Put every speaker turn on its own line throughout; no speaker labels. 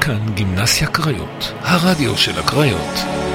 כאן גימנסיה קריות, הרדיו של הקריות.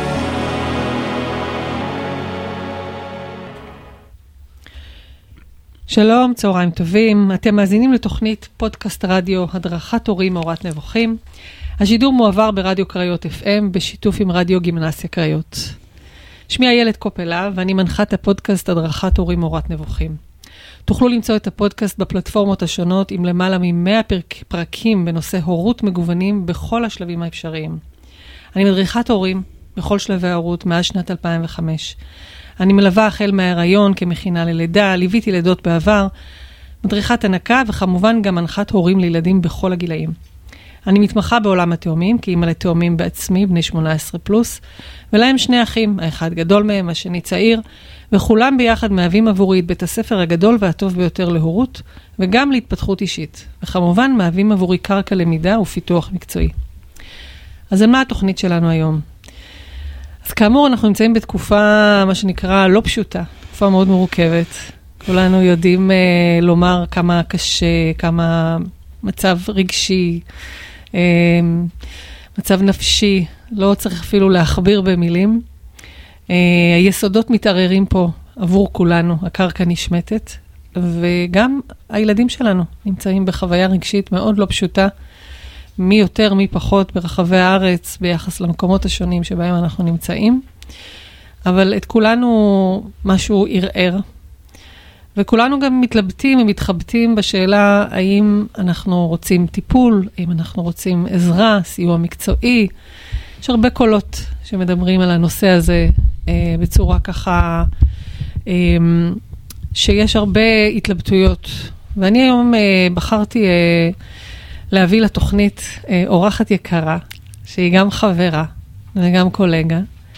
שלום, צהריים טובים. אתם מאזינים לתוכנית פודקאסט רדיו הדרכת הורים מאורת נבוכים. השידור מועבר ברדיו קריות FM בשיתוף עם רדיו גימנסיה קריות. שמי איילת קופלה ואני מנחת הפודקאסט הדרכת הורים מאורת נבוכים. תוכלו למצוא את הפודקאסט בפלטפורמות השונות עם למעלה מ100 פרקים בנושא הורות מגוונים בכל השלבים האפשריים. אני מדריכת הורים בכל שלבי ההורות מאז שנת 2005. אני מלווה החל מההיריון כמכינה ללידה, ליוויתי לידות בעבר, מדריכת הנקה וכמובן גם מנחת הורים לילדים בכל הגילאים. אני מתמחה בעולם התאומים, כי אימא לתאומים בעצמי, בני 18 פלוס, ולהם שני אחים, האחד גדול מהם, השני צעיר, וכולם ביחד מהווים עבורי את בית הספר הגדול והטוב ביותר להורות, וגם להתפתחות אישית, וכמובן מהווים עבורי קרקע למידה ופיתוח מקצועי. אז על מה התוכנית שלנו היום? אז כאמור, אנחנו נמצאים בתקופה, מה שנקרא, לא פשוטה, תקופה מאוד מורכבת. כולנו יודעים לומר כמה קשה, כמה מצב רגשי, מצב נפשי, לא צריך אפילו להכביר במילים. היסודות מתערערים פה עבור כולנו, הקרקע נשמטת, וגם הילדים שלנו נמצאים בחוויה רגשית מאוד לא פשוטה, מי יותר, מי פחות ברחבי הארץ, ביחס למקומות השונים שבהם אנחנו נמצאים. אבל את כולנו משהו ערער, וכולנו גם מתלבטים ומתחבטים בשאלה האם אנחנו רוצים טיפול, האם אנחנו רוצים עזרה, סיוע מקצועי. יש הרבה קולות שמדברים על הנושא הזה בצורה ככה, שיש הרבה התלבטויות. ואני היום בחרתי להביא לתוכנית אורחת יקרה, שהיא גם חברה וגם קולגה,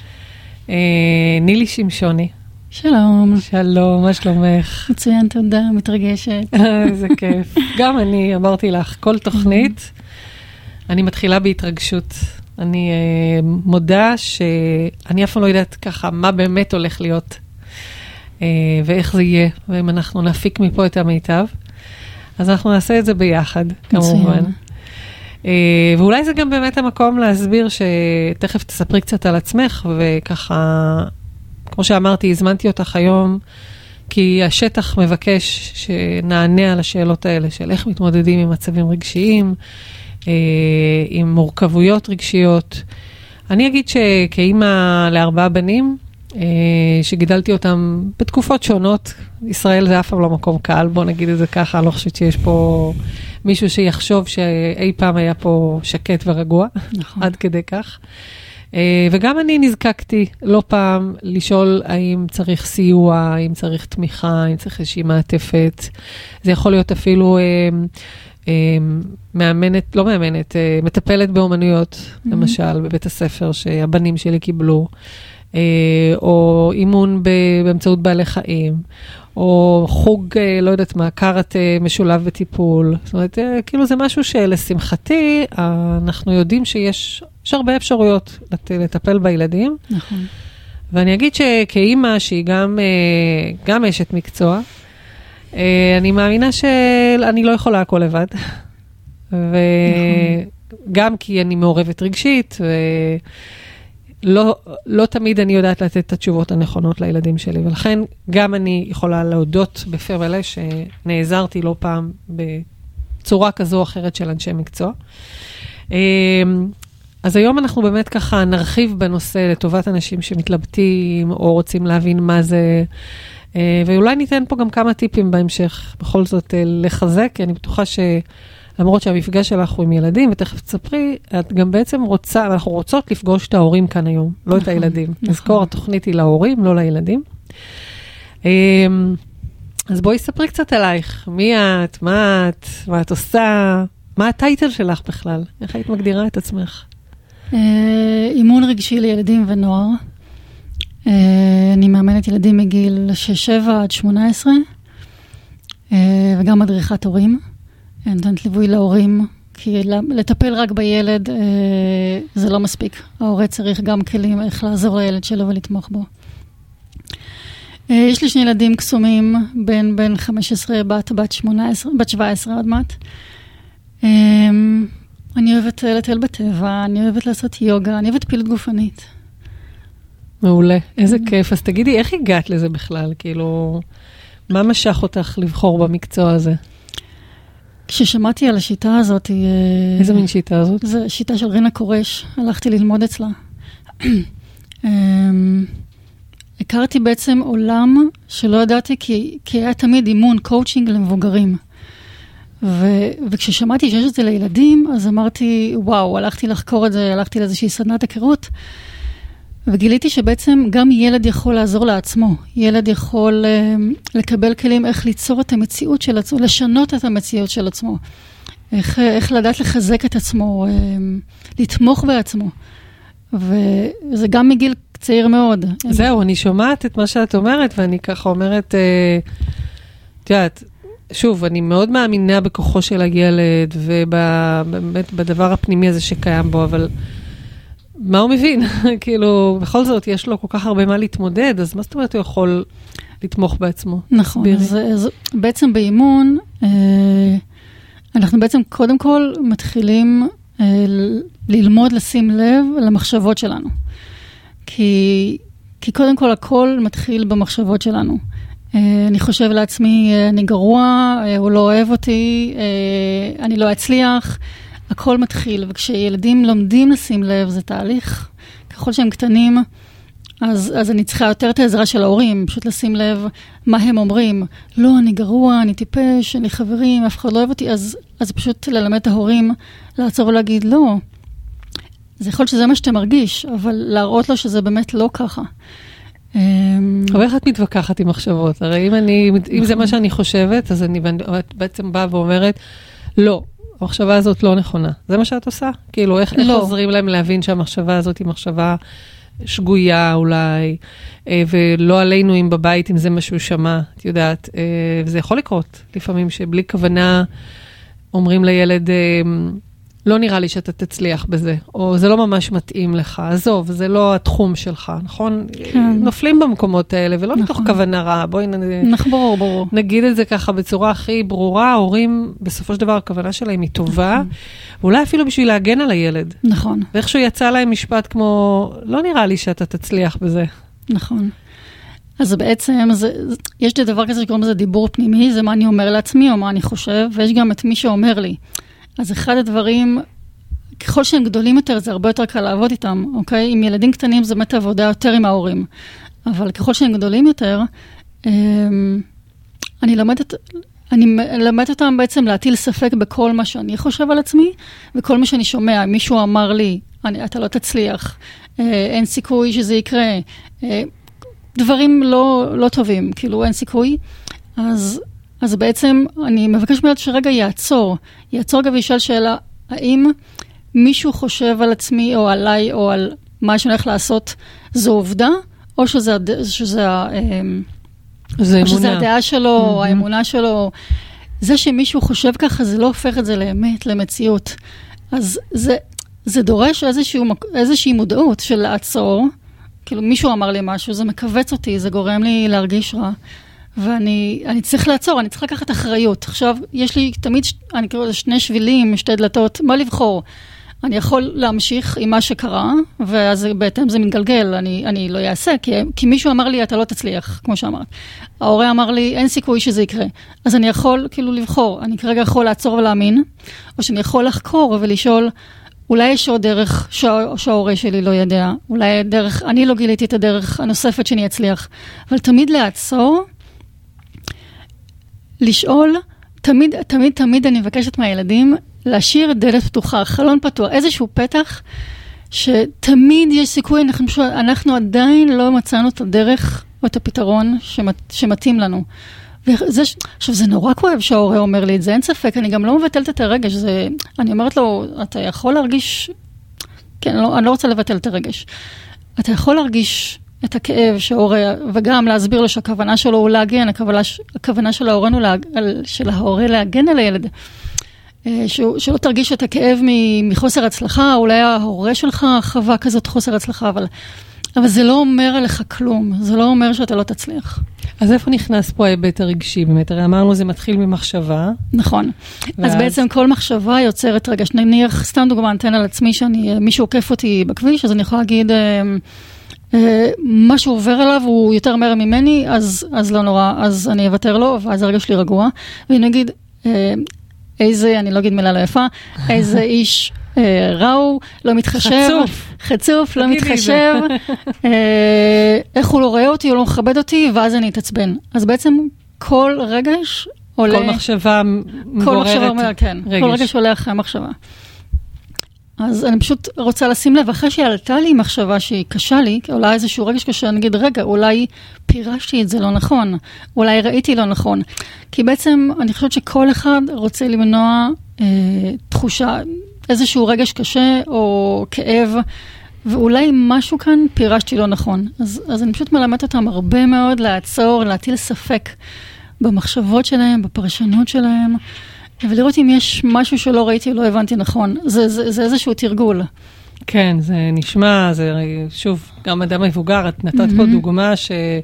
נילי שמשוני.
שלום.
שלום, מה שלומך?
מצוין, תודה, מתרגשת.
איזה כיף. גם אני אמרתי לך, כל תוכנית, אני מתחילה בהתרגשות. אני מודה שאני אף פעם לא יודעת ככה מה באמת הולך להיות, ואיך זה יהיה, ואם אנחנו נפיק מפה את המיטב. אז אנחנו נעשה את זה ביחד, כמובן. ואולי זה גם באמת המקום להסביר שתכף תספרי קצת על עצמך, וככה, כמו שאמרתי, הזמנתי אותך היום, כי השטח מבקש שנענה על השאלות האלה, של איך מתמודדים עם מצבים רגשיים, עם מורכבויות רגשיות. אני אגיד שכאימא ל4 בנים, שגידלתי אותם בתקופות שונות, ישראל זה אף פעם לא מקום קל, בוא נגיד את זה ככה, אני לא חושבת שיש פה מישהו שיחשוב שאי פעם היה פה שקט ורגוע, נכון. עד כדי כך. וגם אני נזקקתי לא פעם לשאול האם צריך סיוע, האם צריך תמיכה, האם צריך איזושהי מעטפת. זה יכול להיות אפילו מאמנת, לא מאמנת, מטפלת באומנויות, למשל, בבית הספר שהבנים שלי קיבלו. או אימון באמצעות בעלי חיים, או חוג, לא יודעת מה, קארט משולב בטיפול. זאת אומרת, כאילו זה משהו שלשמחתי, אנחנו יודעים שיש הרבה אפשרויות לטפל בילדים.
נכון.
ואני אגיד שכאימא, שהיא גם אשת מקצוע, אני מאמינה שאני לא יכולה הכל לבד. וגם כי אני מעורבת רגשית, לא תמיד אני יודעת לתת את התשובות הנכונות לילדים שלי, ולכן גם אני יכולה להודות בפה מלא שנעזרתי לא פעם בצורה כזו או אחרת של אנשי מקצוע. אז היום אנחנו באמת ככה נרחיב בנושא לטובת אנשים שמתלבטים או רוצים להבין מה זה, ואולי ניתן פה גם כמה טיפים בהמשך, בכל זאת לחזק, כי אני בטוחה למרות שהמפגש שלך הוא עם ילדים, ותכף תספרי, את גם בעצם אנחנו רוצות לפגוש את ההורים כאן היום, לא את הילדים. נזכור, התוכנית היא להורים, לא לילדים. אז בואי ספרי קצת עלייך, מי את, מה את עושה, מה הטייטל שלך בכלל? איך היית מגדירה את עצמך?
אימון רגשי לילדים ונוער. אני מאמנת ילדים מגיל 6-7 עד 18, וגם מדריכת הורים. אני נותנת ליווי להורים, כי לטפל רק בילד זה לא מספיק. ההורה צריך גם כלים איך לעזור לילד שלו ולתמוך בו. יש לי 2 ילדים קסומים, בן 15, בת 17 עד מעט. אני אוהבת לטייל בטבע, אני אוהבת לעשות יוגה, אני אוהבת פעילות גופנית.
מעולה, איזה כיף. אז תגידי, איך הגעת לזה בכלל? כאילו, מה משך אותך לבחור במקצוע הזה?
כששמעתי על השיטה הזאת...
איזה מין שיטה הזאת?
זו שיטה של רינה קורש, הלכתי ללמוד אצלה. הכרתי בעצם עולם שלא ידעתי, כי היה תמיד אימון, קואוצ'ינג למבוגרים. וכששמעתי שיש את זה לילדים, אז אמרתי, וואו, הלכתי לחקור את זה, הלכתי לאיזושהי סדנת היכרות, וגיליתי שבעצם גם ילד יכול לעזור לעצמו. ילד יכול לקבל כלים איך ליצור את המציאות של עצמו, לשנות את המציאות של עצמו. איך לדעת לחזק את עצמו, לתמוך בעצמו. וזה גם מגיל צעיר מאוד.
זהו, אני שומעת את מה שאת אומרת, ואני ככה אומרת, את יודעת, שוב, אני מאוד מאמינה בכוחו של הילד, ובאמת בדבר הפנימי הזה שקיים בו, אבל מה הוא מבין? כאילו, בכל זאת, יש לו כל כך הרבה מה להתמודד, אז מה זאת אומרת הוא יכול לתמוך בעצמו?
נכון, אז בעצם באימון, אנחנו בעצם קודם כל מתחילים ללמוד לשים לב למחשבות שלנו. כי קודם כל הכל מתחיל במחשבות שלנו. אני חושב לעצמי, אני גרוע, הוא לא אוהב אותי, אני לא אצליח, הכל מתחיל. וכשילדים לומדים לשים לב, זה תהליך. ככל שהם קטנים, אז אני צריכה יותר את העזרה של ההורים, פשוט לשים לב מה הם אומרים. לא, אני גרוע, אני טיפש, אני חברים, אף אחד לא אוהב אותי, אז פשוט ללמד את ההורים, לעצור ולהגיד, לא. זה יכול שזה מה שאתה מרגיש, אבל להראות לו שזה באמת לא ככה.
אבל איך את מתווכחת עם מחשבות? הרי אם זה מה שאני חושבת, אז אני בעצם באה ואומרת, לא, המחשבה הזאת לא נכונה. זה מה שאת עושה? כאילו, איך עוזרים להם להבין שהמחשבה הזאת היא מחשבה שגויה אולי, ולא עלינו אם בבית, אם זה משהו שמע, את יודעת, וזה יכול לקרות לפעמים שבלי כוונה אומרים לילד, לא נראה לי שאתה תצליח בזה, או זה לא ממש מתאים לך, עזוב, זה לא התחום שלך, נכון? כן. נופלים במקומות האלה, ולא נכון. מתוך כוונה רעה, בואי
ברור.
נגיד את זה ככה בצורה הכי ברורה, ההורים, בסופו של דבר, הכוונה שלהם היא טובה, נכון. אולי אפילו בשביל להגן על הילד.
נכון.
ואיכשהו יצא להם משפט כמו, לא נראה לי שאתה תצליח בזה.
נכון. אז בעצם, יש לי דבר כזה שקוראים לזה דיבור פנימי, זה מה אני אומר לעצמי, או מה אני חושב, ויש גם את מי שאומר לי. אז אחד הדברים, ככל שהם גדולים יותר, זה הרבה יותר קל לעבוד איתם, אוקיי? עם ילדים קטנים זה באמת עבודה יותר עם ההורים. אבל ככל שהם גדולים יותר, אני למדת אותם בעצם להטיל ספק בכל מה שאני חושב על עצמי, וכל מה שאני שומע. מישהו אמר לי, אתה לא תצליח, אין סיכוי שזה יקרה, דברים לא טובים, כאילו אין סיכוי. אז בעצם אני מבקש מאוד שרגע יעצור גם וישאל שאלה, האם מישהו חושב על עצמי או עליי או על מה שאני הולך לעשות, זו עובדה, או שזה הדעה שלו, או האמונה שלו. זה שמישהו חושב ככה, זה לא הופך את זה לאמת, למציאות. אז זה דורש איזושהי מודעות של לעצור, כאילו מישהו אמר לי משהו, זה מכווץ אותי, זה גורם לי להרגיש רע. ואני צריך לעצור, אני צריך לקחת אחריות. עכשיו, יש לי תמיד, אני קורא לזה 2 שבילים, 2 דלתות, מה לבחור? אני יכול להמשיך עם מה שקרה, ואז בהתאם זה מתגלגל, אני לא אעשה, כי מישהו אמר לי, אתה לא תצליח, כמו שאמרת. ההורה אמר לי, אין סיכוי שזה יקרה. אז אני יכול כאילו לבחור, אני כרגע יכול לעצור ולהאמין, או שאני יכול לחקור ולשאול, אולי יש עוד דרך שההורה שלי לא ידע, אולי דרך, אני לא גיליתי את הדרך הנוספת שאני אצליח, אבל תמיד לעצור, לשאול, תמיד אני מבקשת מהילדים, להשאיר דלת פתוחה, חלון פתוח, איזשהו פתח, שתמיד יש סיכוי, אנחנו עדיין לא מצאנו את הדרך, או את הפתרון שמתאים לנו. עכשיו, זה נורא כואב שההורה אומר לי את זה, אין ספק, אני גם לא מבטלת את הרגש, אני אומרת לו, אתה יכול להרגיש, כן, אני לא רוצה לבטל את הרגש, אתה יכול להרגיש את הכאב שההורה, וגם להסביר לו שהכוונה שלו הוא להגן, הכוונה של ההורה להגן על הילד, שלא תרגיש את הכאב מחוסר הצלחה, אולי ההורה שלך חווה כזאת חוסר הצלחה, אבל זה לא אומר עליך כלום, זה לא אומר שאתה לא תצליח.
אז איפה נכנס פה ההיבט הרגשי באמת? הרי אמרנו זה מתחיל ממחשבה.
נכון. אז בעצם כל מחשבה יוצרת רגש. נניח, סתם דוגמה, נתן על עצמי מישהו עוקף אותי בכביש, אז אני יכולה להגיד, מה שהוא עובר אליו הוא יותר מהר ממני, אז לא נורא, אז אני אוותר לו, ואז הרגש שלי רגוע. ואני אגיד, איזה, אני לא אגיד מילה לא יפה, איזה איש ראו, לא מתחשב, חצוף, לא מתחשב, איך הוא לא רואה אותי, הוא לא מכבד אותי, ואז אני אתעצבן. אז בעצם כל רגש עולה...
כל מחשבה מגוררת
כן, רגש. כל רגש עולה אחרי המחשבה. אז אני פשוט רוצה לשים לב, אחרי שעלתה לי מחשבה שהיא קשה לי, אולי איזשהו רגש קשה, אני אגיד, רגע, אולי פירשתי את זה לא נכון, אולי ראיתי לא נכון. כי בעצם אני חושבת שכל אחד רוצה למנוע תחושה, איזשהו רגש קשה או כאב, ואולי משהו כאן פירשתי לא נכון. אז אני פשוט מלמדת אותם הרבה מאוד לעצור, להטיל ספק במחשבות שלהם, בפרשנות שלהם, ולראות אם יש משהו שלא ראיתי או לא הבנתי נכון. זה איזשהו תרגול.
כן, זה נשמע, זה שוב, גם אדם מבוגר, את נתת פה דוגמה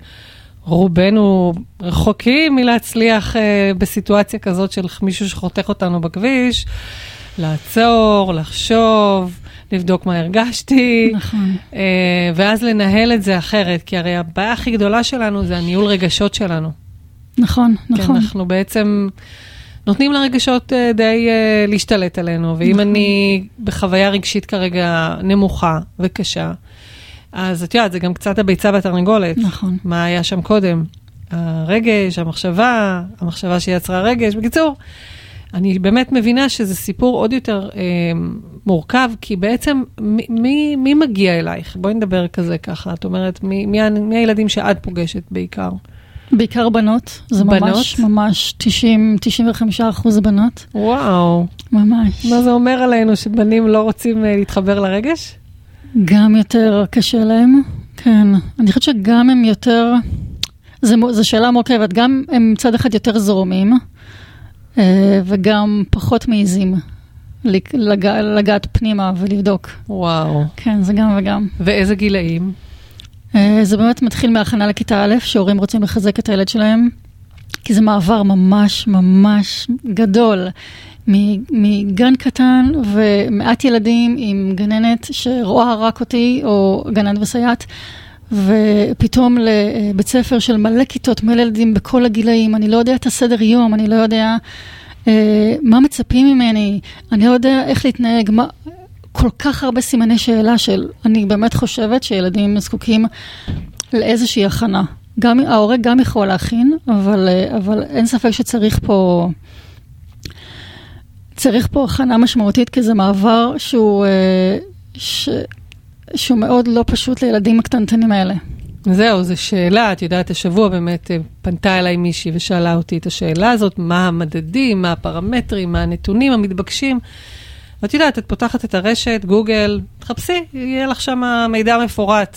שרובנו רחוקים מלהצליח בסיטואציה כזאת של מישהו שחותך אותנו בכביש, לעצור, לחשוב, לבדוק מה הרגשתי,
נכון.
ואז לנהל את זה אחרת, כי הרי הבעיה הכי גדולה שלנו זה הניהול רגשות שלנו.
נכון, נכון.
כי אנחנו בעצם נותנים לרגשות די להשתלט עלינו, ואם אני בחוויה רגשית כרגע נמוכה וקשה, אז את יודעת, זה גם קצת הביצה והתרנגולת.
נכון.
מה היה שם קודם? הרגש, המחשבה שיצרה רגש. בקיצור, אני באמת מבינה שזה סיפור עוד יותר מורכב, כי בעצם מי מגיע אלייך? בואי נדבר כזה ככה. את אומרת, מי הילדים שאת פוגשת בעיקר?
בעיקר בנות. זה ממש 90-95% בנות.
וואו.
ממש.
מה זה אומר עלינו, שבנים לא רוצים להתחבר לרגש?
גם יותר קשה להם. כן. אני חושבת שגם הם יותר, זו שאלה מורכבת, גם הם מצד אחד יותר זורמים, וגם פחות מעיזים לגעת פנימה ולבדוק.
וואו.
כן, זה גם וגם.
ואיזה גילאים?
זה באמת מתחיל מהכנה לכיתה א', שהורים רוצים לחזק את הילד שלהם, כי זה מעבר ממש ממש גדול, מגן קטן ומעט ילדים עם גננת שרואה רק אותי, או גננת וסייעת, ופתאום לבית ספר של מלא כיתות, מלא ילדים בכל הגילאים, אני לא יודע את הסדר יום, אני לא יודע מה מצפים ממני, אני לא יודע איך להתנהג, כל כך הרבה סימני שאלה אני באמת חושבת שילדים זקוקים לאיזושהי הכנה. ההורה גם יכול להכין, אבל אין ספק שצריך פה הכנה משמעותית, כי זה מעבר שהוא מאוד לא פשוט לילדים הקטנטנים האלה.
זהו, זו שאלה, את יודעת, השבוע באמת פנתה אליי מישהי ושאלה אותי את השאלה הזאת, מה המדדים, מה הפרמטרים, מה הנתונים המתבקשים. ואת יודעת, את פותחת את הרשת, גוגל, תחפשי, יהיה לך שם מידע מפורט,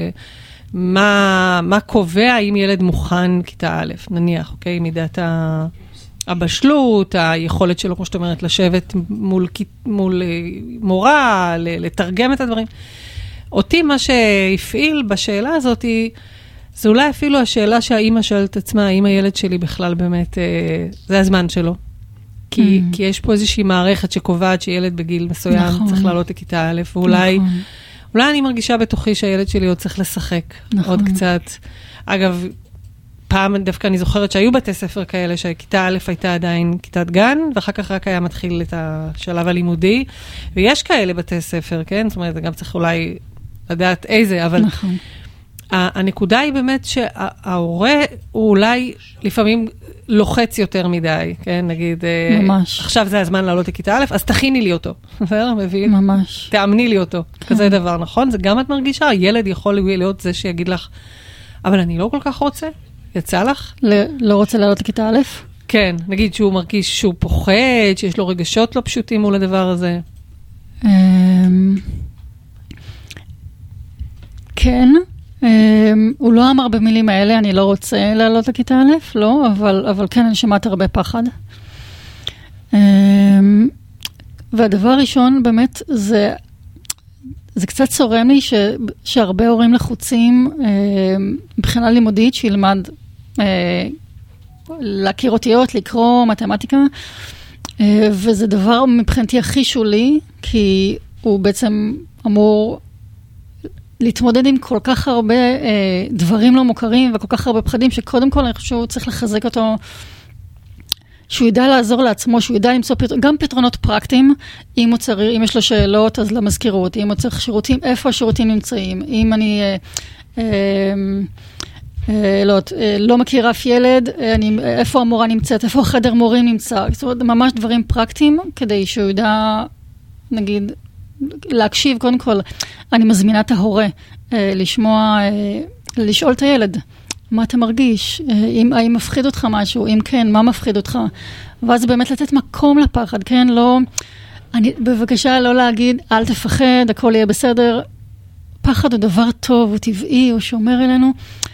מה קובע אם ילד מוכן כיתה א', נניח, אוקיי, מידת הבשלות, היכולת שלו, כמו שאת אומרת, לשבת מול מורה, לתרגם את הדברים. אותי מה שהפעיל בשאלה הזאת, זה אולי אפילו השאלה שהאימא שואלת עצמה, האם הילד שלי בכלל באמת, זה הזמן שלו. כי יש פה איזושהי מערכת שקובעת שילד בגיל מסוים צריך לעלות לכיתה א', ואולי אני מרגישה בתוכי שהילד שלי עוד צריך לשחק עוד קצת. אגב, פעם דווקא אני זוכרת שהיו בתי ספר כאלה, שכיתה א' הייתה עדיין כיתת גן, ואחר כך רק היה מתחיל את השלב הלימודי, ויש כאלה בתי ספר, כן? זאת אומרת, גם צריך אולי לדעת איזה, אבל הנקודה היא באמת שההורה הוא אולי לפעמים לוחץ יותר מדי, כן? נגיד,
ממש.
עכשיו זה הזמן לעלות לכיתה א', אז תכיני לי אותו. בסדר? מבין?
ממש.
תאמני לי אותו. כזה דבר, נכון? זה גם את מרגישה, הילד יכול להיות זה שיגיד לך, אבל אני לא כל כך רוצה. יצא לך?
לא רוצה לעלות לכיתה א'?
כן, נגיד שהוא מרגיש שהוא פוחד, שיש לו רגשות לא פשוטים מול הדבר הזה. כן. הוא לא אמר במילים האלה, אני לא רוצה לעלות לכיתה א', לא, אבל כן, אני שמעת הרבה פחד. והדבר הראשון באמת
זה קצת צורם לי שהרבה הורים לחוצים מבחינה לימודית, שילמד להכיר אותיות, לקרוא מתמטיקה, וזה דבר מבחינתי הכי שולי, כי הוא בעצם אמור להתמודד עם כל כך הרבה דברים לא מוכרים, וכל כך הרבה פחדים, שקודם כל אני חושב שהוא צריך לחזק אותו, שהוא ידע לעזור לעצמו, שהוא ידע למצוא גם פתרונות פרקטיים, אם יש לו שאלות, אז למזכירות, אם הוא צריך שירותים, איפה השירותים נמצאים, אם אני לא מכיר אף ילד, איפה המורה נמצאת, איפה החדר מורים נמצא, זאת אומרת, ממש דברים פרקטיים, כדי שהוא ידע, נגיד, להקשיב, קודם כל, אני מזמינה את ההורה, לשאול את הילד, מה אתה מרגיש? האם מפחיד אותך משהו? אם כן, מה מפחיד אותך? ואז באמת לתת מקום לפחד, כן? לא, בבקשה לא להגיד, אל תפחד, הכל יהיה בסדר. פחד הוא דבר טוב, הוא טבעי, הוא שומר אלינו.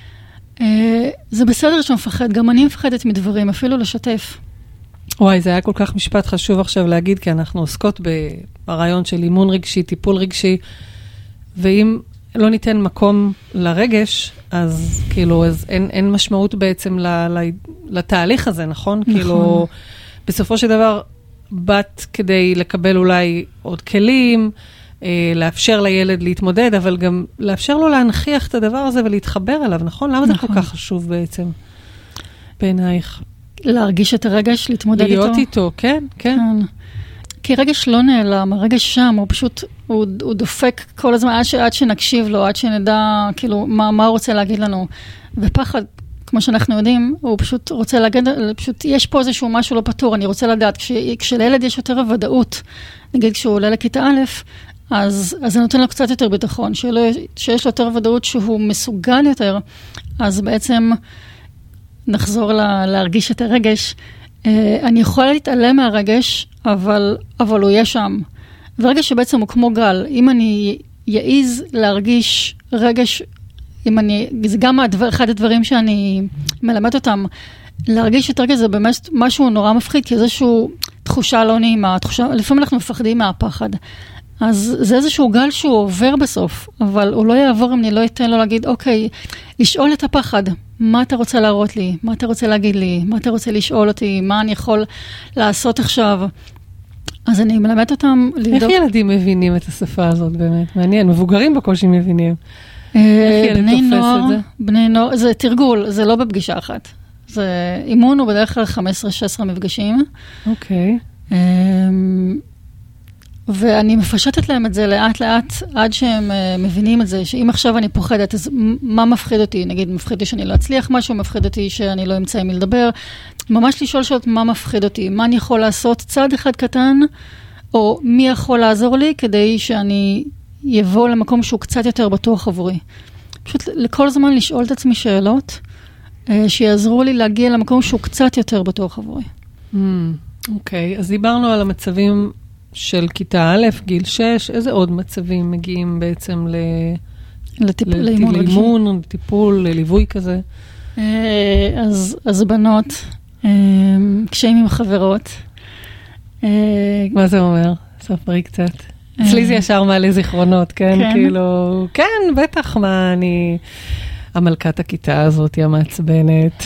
זה בסדר שהוא מפחד, גם אני מפחדת מדברים, אפילו לשתף.
וואי, זה היה כל כך משפט חשוב עכשיו להגיד, כי אנחנו עוסקות ברעיון של אימון רגשי, טיפול רגשי, ואם לא ניתן מקום לרגש, אז כאילו, אז אין משמעות בעצם לתהליך הזה, נכון? נכון. כאילו, בסופו של דבר, באת כדי לקבל אולי עוד כלים, לאפשר לילד להתמודד, אבל גם לאפשר לו להנחיח את הדבר הזה ולהתחבר אליו, נכון? למה זה כל כך חשוב בעצם בעינייך? להרגיש את הרגש, להתמודד איתו. להיות איתו, כן, כן.
כי רגש לא נעלם, הרגש שם, הוא פשוט, הוא דופק כל הזמן, עד שנקשיב לו, עד שנדע, כאילו, מה הוא רוצה להגיד לנו. ופחד, כמו שאנחנו יודעים, הוא פשוט רוצה להגיד, פשוט יש פה איזשהו משהו לא פתור, אני רוצה לדעת, כשלילד יש יותר ודאות, נגיד כשהוא עולה לכיתה א', אז זה נותן לו קצת יותר ביטחון, שיש לו יותר ודאות שהוא מסוגל יותר, אז בעצם נחזור להרגיש את הרגש. אני יכולה להתעלם מהרגש, אבל הוא יהיה שם. ורגש שבעצם הוא כמו גל. אם אני יעיז להרגיש רגש, זה גם אחד הדברים שאני מלמד אותם, להרגיש את הרגש זה באמת משהו נורא מפחיד, כי איזושהי תחושה לא נעימה, לפעמים אנחנו מפחדים מהפחד. אז זה איזשהו גל שהוא עובר בסוף, אבל הוא לא יעבור אם אני לא אתן לו להגיד, אוקיי, לשאול את הפחד, מה אתה רוצה להראות לי, מה אתה רוצה להגיד לי, מה אתה רוצה לשאול אותי, מה אני יכול לעשות עכשיו. אז אני מלמדת אותם לבדוק.
איך ילדים מבינים את השפה הזאת באמת? מעניין, מבוגרים בקושי מבינים.
בני נוער, זה תרגול, זה לא בפגישה אחת. זה אימון הוא בדרך כלל 15-16 מפגשים.
אוקיי.
ואני מפשטת להם את זה לאט לאט, עד שהם מבינים את זה, שאם עכשיו אני פוחדת, אז מה מפחיד אותי? נגיד, מפחיד אותי שאני לא אצליח משהו, מפחיד אותי שאני לא אמצא עם מי לדבר. ממש לשאול שאלות מה מפחיד אותי, מה אני יכול לעשות צעד אחד קטן, או מי יכול לעזור לי, כדי שאני יבוא למקום שהוא קצת יותר בטוח עבורי. פשוט לכל זמן לשאול את עצמי שאלות, שיעזרו לי להגיע למקום שהוא קצת יותר בטוח עבורי.
אוקיי, אז דיברנו על המצבים של כיתה א', גיל 6, איזה עוד מצבים מגיעים בעצם לאימון, לטיפול, לליווי כזה?
אז בנות, קשיים עם חברות.
מה זה אומר? ספרי קצת. אצלי זה ישר מעלה זיכרונות, כן? כאילו, כן, בטח מה אני... המלכת הכיתה הזאת היא המעצבנת,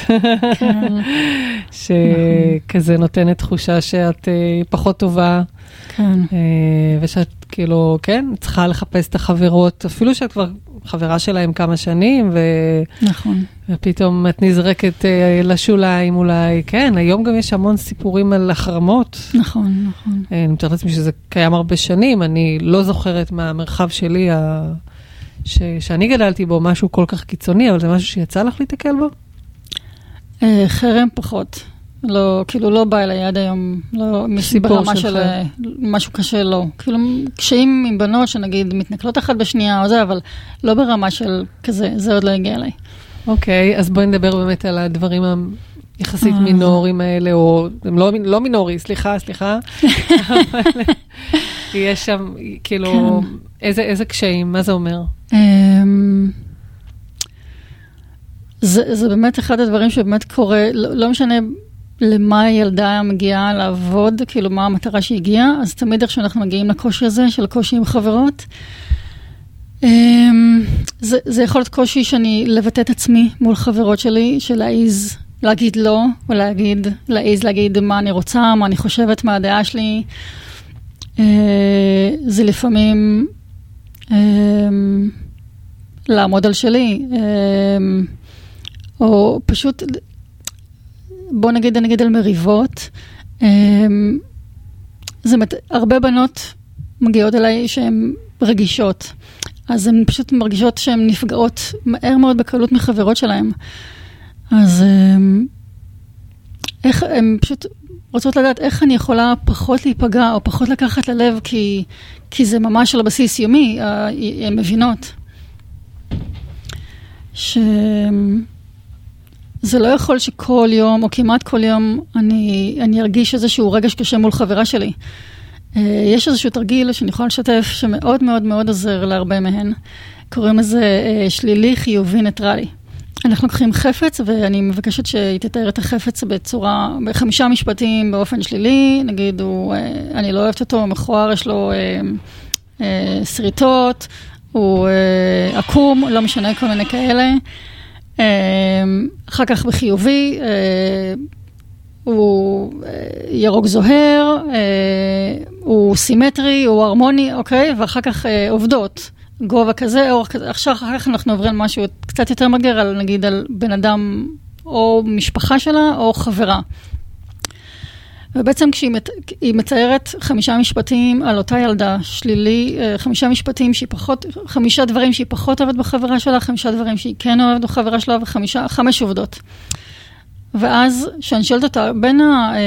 שכזה נותנת תחושה שאת פחות טובה, ושאת כאילו, כן, צריכה לחפש את החברות, אפילו שאת כבר חברה שלהם כמה שנים, ופתאום את נזרקת לשוליים אולי, כן, היום גם יש המון סיפורים על החרמות.
נכון, נכון.
אני מתארת לעצמי שזה קיים הרבה שנים, אני לא זוכרת מהמרחב שלי שאני גדלתי בו משהו כל כך קיצוני, אבל זה משהו שיצא לך להתקל בו?
חרם פחות. לא, כאילו לא בא אליי עד היום, לא ברמה של משהו קשה, לא. כאילו קשיים עם בנות שנגיד מתנכלות אחת בשנייה או זה, אבל לא ברמה של כזה, זה עוד לא הגיע אליי.
אוקיי, אז בואי נדבר באמת על הדברים היחסית מינוריים האלה, או הם לא מינורי, סליחה. יש שם, כאילו, איזה קשיים, מה זה אומר?
זה באמת אחד הדברים שבאמת קורה, לא משנה למה הילדה מגיעה לעבוד, כאילו מה המטרה שהגיעה, אז תמיד איך שאנחנו מגיעים לקושי הזה, של קושי עם חברות, זה יכול להיות קושי שאני לבטא את עצמי מול חברות שלי, שלהעיז להגיד לא, להעיז להגיד מה אני רוצה, מה אני חושבת, מה הדעה שלי. זה לפעמים לעמוד על שלי, או פשוט, בוא נגיד על מריבות. הרבה בנות מגיעות אליי שהן רגישות, אז הן פשוט מרגישות שהן נפגעות מהר מאוד בקלות מחברות שלהן. אז איך הן פשוט רוצות לדעת איך אני יכולה פחות להיפגע או פחות לקחת ללב, כי זה ממש על הבסיס יומי, הן מבינות שזה לא יכול שכל יום או כמעט כל יום אני ארגיש איזשהו רגש קשה מול חברה שלי. יש איזשהו תרגיל שאני יכולה לשתף שמאוד מאוד מאוד עוזר להרבה מהן. קוראים לזה שלילי, חיובי, ניטרלי. אנחנו לוקחים חפץ, ואני מבקשת שהיא תתאר את החפץ ב5 משפטים באופן שלילי. נגיד, אני לא אוהבת אותו, מכוער, יש לו שריטות, הוא עקום, לא משנה, כל מיני כאלה. אחר כך בחיובי, הוא ירוק זוהר, הוא סימטרי, הוא הרמוני, אוקיי? ואחר כך עובדות. גובה כזה, אורך כזה. אחר כך אנחנו עוברים משהו קצת יותר מגר, על, נגיד, על בן אדם או משפחה שלה או חברה. ובעצם כשהיא מציירת 5 משפטים על אותה ילדה שלילי, 5 משפטים שהיא פחות, 5 דברים שהיא פחות אוהבת בחברה שלה, 5 דברים שהיא כן אוהבת בחברה שלה, ו5 עובדות. ואז כשאני שואלת אותה, בין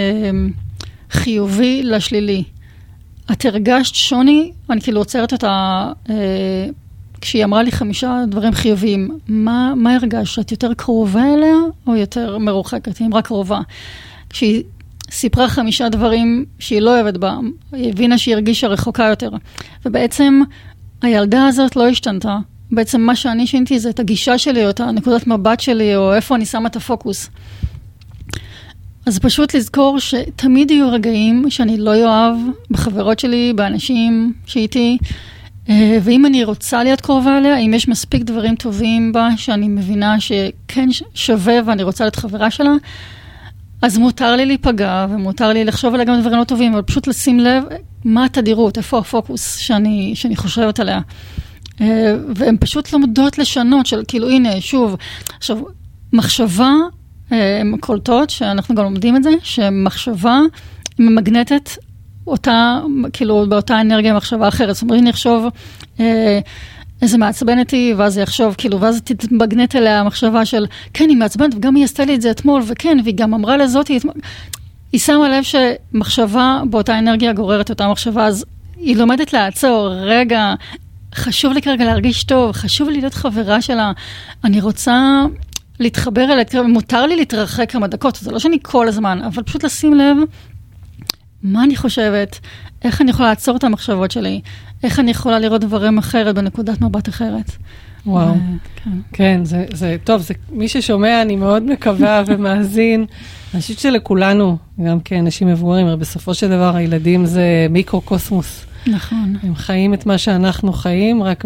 החיובי לשלילי, את הרגשת שוני? אני כאילו עוצרת אותה, כשהיא אמרה לי 5 דברים חיוביים, מה הרגשת? את יותר קרובה אליה או יותר מרוחקת? היא אמרה קרובה. כשהיא סיפרה 5 דברים שהיא לא אוהבת בה, היא הבינה שהיא הרגישה רחוקה יותר. ובעצם הילדה הזאת לא השתנתה. בעצם מה שאני שינתי זה את הגישה שלי, או את הנקודת מבט שלי, או איפה אני שמה את הפוקוס. אז פשוט לזכור שתמיד יהיו רגעים שאני לא אוהב בחברות שלי, באנשים שאיתי, ואם אני רוצה להיות קרובה אליה, אם יש מספיק דברים טובים בה, שאני מבינה שכן שווה ואני רוצה להיות חברה שלה, אז מותר לי להיפגע, ומותר לי לחשוב עליה גם דברים לא טובים, אבל פשוט לשים לב מה התדירות, איפה הפוקוס שאני חושבת עליה. והן פשוט לומדות לשנות, של כאילו, הנה, שוב, עכשיו, מחשבה, הן קולטות, שאנחנו גם לומדים את זה, שמחשבה ממגנטת אותה, כאילו, באותה אנרגיה מחשבה אחרת. זאת אומרת, אני אחשוב איזה מעצבנתי, ואז היא יחשוב, כאילו, ואז תתמגנט אליה המחשבה של, כן, היא מעצבנת, וגם היא עשתה לי את זה אתמול, וכן, והיא גם אמרה לזאתי, היא שמה לב שמחשבה באותה אנרגיה גוררת אותה מחשבה, אז היא לומדת לעצור, רגע, חשוב לי כרגע להרגיש טוב, חשוב לי להיות חברה שלה, אני רוצה להתחבר אליה, מותר לי להתרחק כמה דקות, זה לא שאני כל הזמן, אבל פשוט לשים לב מה אני חושבת, איך אני יכולה לעצור את המחשבות שלי, איך אני יכולה לראות דברים אחרת בנקודת מבט אחרת.
וואו, כן, זה טוב, זה מי ששומע, אני מאוד מקווה ומאזין. אני חושבת שלכולנו, גם כאנשים מבוגרים, בסופו של דבר הילדים זה מיקרו-קוסמוס.
נכון.
הם חיים את מה שאנחנו חיים, רק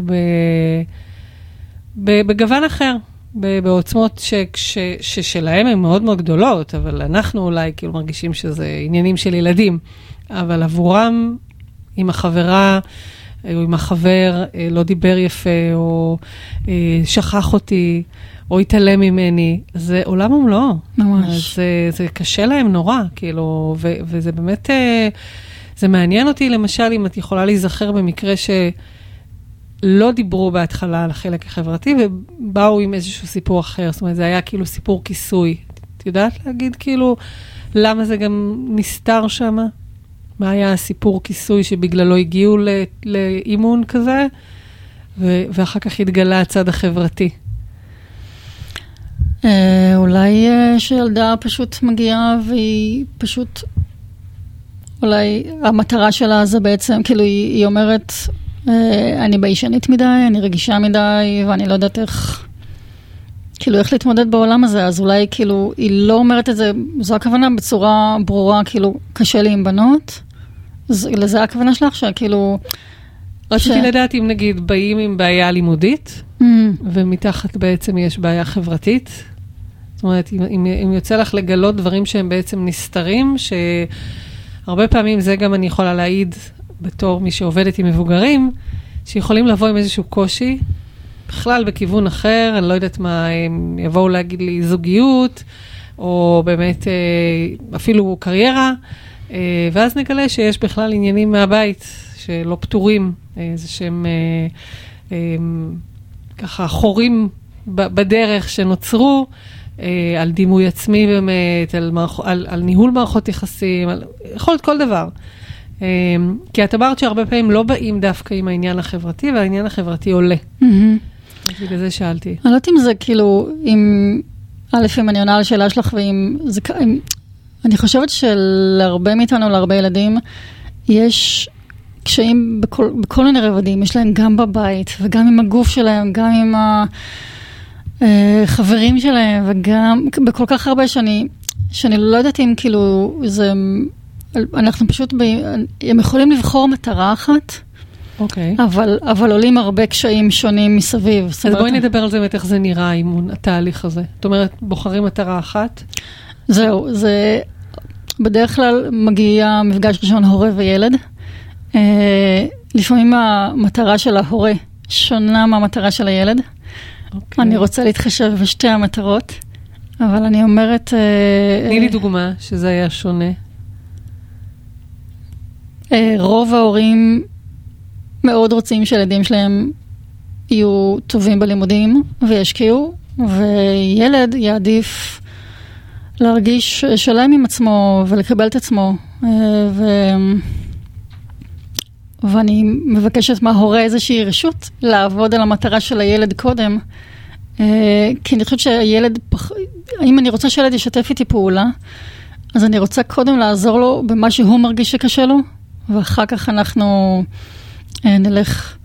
בגוון אחר, בעוצמות ששלהם הן מאוד מאוד גדולות, אבל אנחנו אולי כאילו מרגישים שזה עניינים של ילדים, אבל עבורם, עם החברה, או עם החבר, לא דיבר יפה, או שכח אותי, או התעלם ממני, זה עולם ומלואו.
ממש.
זה קשה להם נורא, כאילו, וזה באמת, זה מעניין אותי, למשל, אם את יכולה להיזכר במקרה שלא דיברו בהתחלה על החלק החברתי, ובאו עם איזשהו סיפור אחר, זאת אומרת, זה היה כאילו סיפור כיסוי. את יודעת להגיד, כאילו, למה זה גם נסתר שם? מה היה הסיפור כיסוי שבגללו הגיעו לאימון כזה, ואחר כך התגלה הצד החברתי?
אולי שילדה פשוט מגיעה והיא פשוט, אולי המטרה שלה זה בעצם, כאילו היא אומרת, אני ביישנית מדי, אני רגישה מדי, ואני לא יודעת איך להתמודד בעולם הזה, אז אולי כאילו היא לא אומרת את זה, זו הכוונה בצורה ברורה, כאילו קשה לי עם בנות, לזה הכוונה שלך, שכאילו
רציתי לדעת אם נגיד באים עם בעיה לימודית, ומתחת בעצם יש בעיה חברתית. זאת אומרת, אם יוצא לך לגלות דברים שהם בעצם נסתרים, שהרבה פעמים זה גם אני יכולה להעיד בתור מי שעובדת עם מבוגרים, שיכולים לבוא עם איזשהו קושי, בכלל בכיוון אחר, אני לא יודעת מה, הם יבואו להגיד לי זוגיות, או באמת אפילו קריירה, ואז נגלה שיש בכלל עניינים מהבית, שלא פתורים, איזה שהם ככה חורים בדרך שנוצרו, על דימוי עצמי באמת, על ניהול מערכות יחסים, יכול להיות כל דבר. כי את אמרת שהרבה פעמים לא באים דווקא עם העניין החברתי, והעניין החברתי עולה. בגלל זה שאלתי.
אני לא יודעת אם זה כאילו, אם אני עונה על השאלה שלך, אני חושבת שלהרבה מאיתנו, להרבה ילדים, יש קשיים בכל מיני רבדים, יש להם גם בבית, וגם עם הגוף שלהם, גם עם החברים שלהם, וגם בכל כך הרבה שאני לא יודעת אם כאילו, אנחנו פשוט, הם יכולים לבחור מטרה אחת, אבל עולים הרבה קשיים שונים מסביב.
אז בואי נדבר על זה, איך זה נראה אימון, התהליך הזה. זאת אומרת, בוחרים מטרה אחת?
זהו, זה בדרך כלל מגיע מפגש ראשון הורה וילד. לפעמים המטרה של ההורה שונה מהמטרה של הילד. אני רוצה להתחשב בשתי המטרות, אבל אני אומרת...
תני לי דוגמה שזה היה שונה.
רוב ההורים מאוד רוצים שהילדים שלהם יהיו טובים בלימודים וישקיעו, וילד יעדיף להרגיש שלם עם עצמו ולקבל את עצמו. ואני מבקשת מההורה איזושהי רשות לעבוד על המטרה של הילד קודם, כי אני חושבת שהילד, אם אני רוצה שהילד ישתף איתי פעולה, אז אני רוצה קודם לעזור לו במה שהוא מרגיש שקשה לו, ואחר כך אנחנו נלך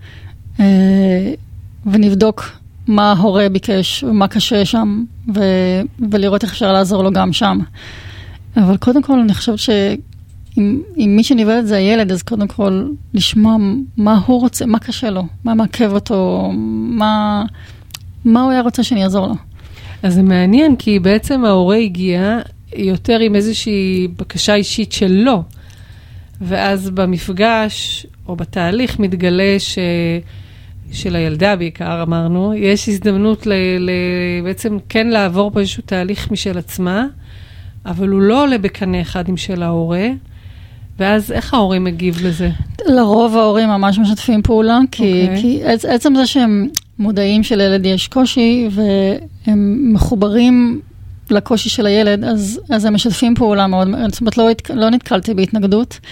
ונבדוק מה ההורה ביקש ומה קשה שם, ולראות איך אפשר לעזור לו גם שם. אבל קודם כל אני חושבת שאם מי שניבד את זה הילד, אז קודם כל לשמוע מה הוא רוצה, מה קשה לו, מה מעכב אותו, מה הוא היה רוצה שאני אעזור לו.
אז זה מעניין, כי בעצם ההורה הגיע יותר עם איזושהי בקשה אישית שלו, ואז במפגש או בתהליך מתגלה של הילדה בעיקר, אמרנו, יש הזדמנות בעצם כן לעבור פה איזשהו תהליך משל עצמה, אבל הוא לא עולה בקנה אחד עם של ההורה, ואז איך ההורה מגיב לזה?
לרוב ההורים ממש משתפים פעולה, כי עצם זה שהם מודעים שלילד יש קושי, והם מחוברים לקושי של הילד, אז הם משתפים פעולה מאוד, זאת אומרת, לא נתקלתי בהתנגדות,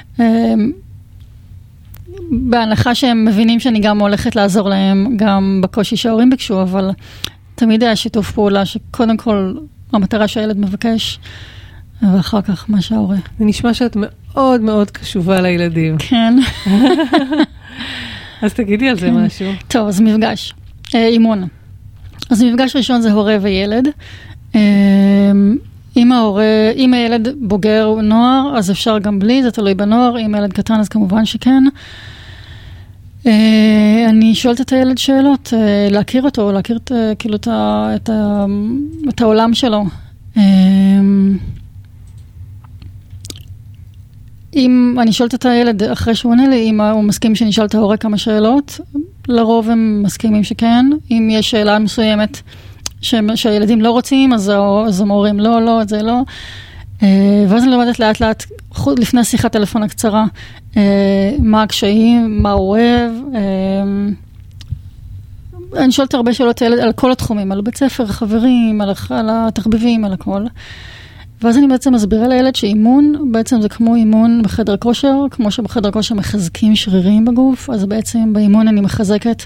בהנחה שהם מבינים שאני גם הולכת לעזור להם, גם בקושי שההורים ביקשו, אבל תמיד היה שיתוף פעולה, שקודם כל המטרה שהילד מבקש, ואחר כך מה שההורה.
זה נשמע שאת מאוד מאוד קשובה לילדים.
כן.
אז תגידי על זה משהו.
טוב, אז מפגש. אימון. אז מפגש ראשון זה הורה וילד. אם הילד בוגר או נוער, אז אפשר גם בלי, זה תלוי בנוער. אם הילד קטן, אז כמובן שכן. אני שואלת את הילד שאלות, להכיר אותו, להכיר כאילו את העולם שלו. אם אני שואלת את הילד אחרי שהוא עונה לי, אם הוא מסכים שאני אשאל את ההורה כמה שאלות, לרוב הם מסכימים שכן. אם יש שאלה מסוימת שהילדים לא רוצים, אז הם אומרים לא, זה לא. ואז אני לומדת לאט לאט, לפני שיחת טלפון הקצרה, מה הקשיים, מה הוא אוהב. אני שואלת הרבה שאלות על כל התחומים, על בית ספר, חברים, על התחביבים, על הכל. ואז אני בעצם מסבירה לילד שאימון, בעצם זה כמו אימון בחדר כושר, כמו שבחדר כושר מחזקים שרירים בגוף, אז בעצם באימון אני מחזקת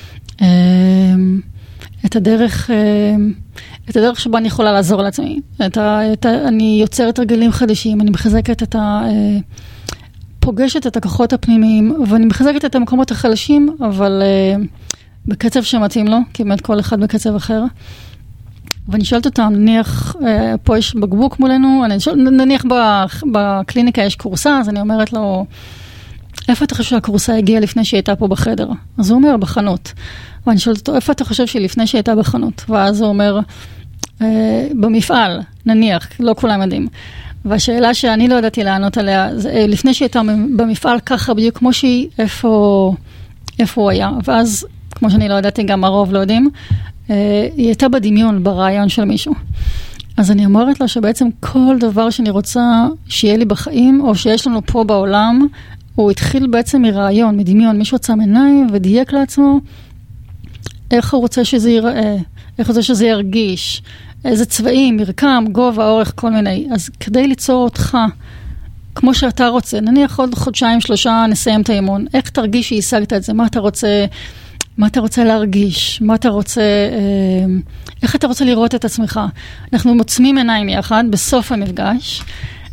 את הדרך שבה אני יכולה לעזור לעצמי. אני יוצרת הרגלים חדשים, אני מחזקת פוגשת את הכוחות הפנימיים, ואני מחזקת את המקומות החלשים, אבל בקצב שמתאים לו, כמעט כל אחד בקצב אחר. ואני שואלת אותם, נניח, פה יש בקבוק מולנו, נניח בקליניקה יש קורסה, אז אני אומרת לו, איפה אתה חושב שהקורסה הגיעה לפני שהיא הייתה פה בחדר? אז הוא אומר, בחנות. ואני שואלת אותו, איפה אתה חושב שהיא לפני שהיא הייתה בחנות? ואז הוא אומר, במפעל, נניח, לא כולם יודעים. והשאלה שאני לא ידעתי לענות עליה, זה, לפני שהיא הייתה במפעל ככה, בדיוק כמו שהיא, איפה הוא היה. ואז, כמו שאני לא ידעתי, גם הרוב לא יודעים, היא הייתה בדמיון, ברעיון של מישהו. אז אני אומרת לה שבעצם כל דבר שאני רוצה שיהיה לי בחיים, או שיש לנו פה בעולם, הוא התחיל בעצם מרעיון, מדמיון. מישהו עצם עיניים ודייק לעצמו, איך הוא רוצה שזה ייראה, איך הוא רוצה שזה ירגיש, איזה צבעים, מרקם, גובה, אורך, כל מיני. אז כדי ליצור אותך, כמו שאתה רוצה, נניח עוד חודשיים, 3, נסיים את האימון, איך תרגיש שהשגת את זה? מה אתה רוצה להרגיש? מה אתה רוצה, איך אתה רוצה לראות את עצמך? אנחנו מוצמים עיניים יחד, בסוף המפגש.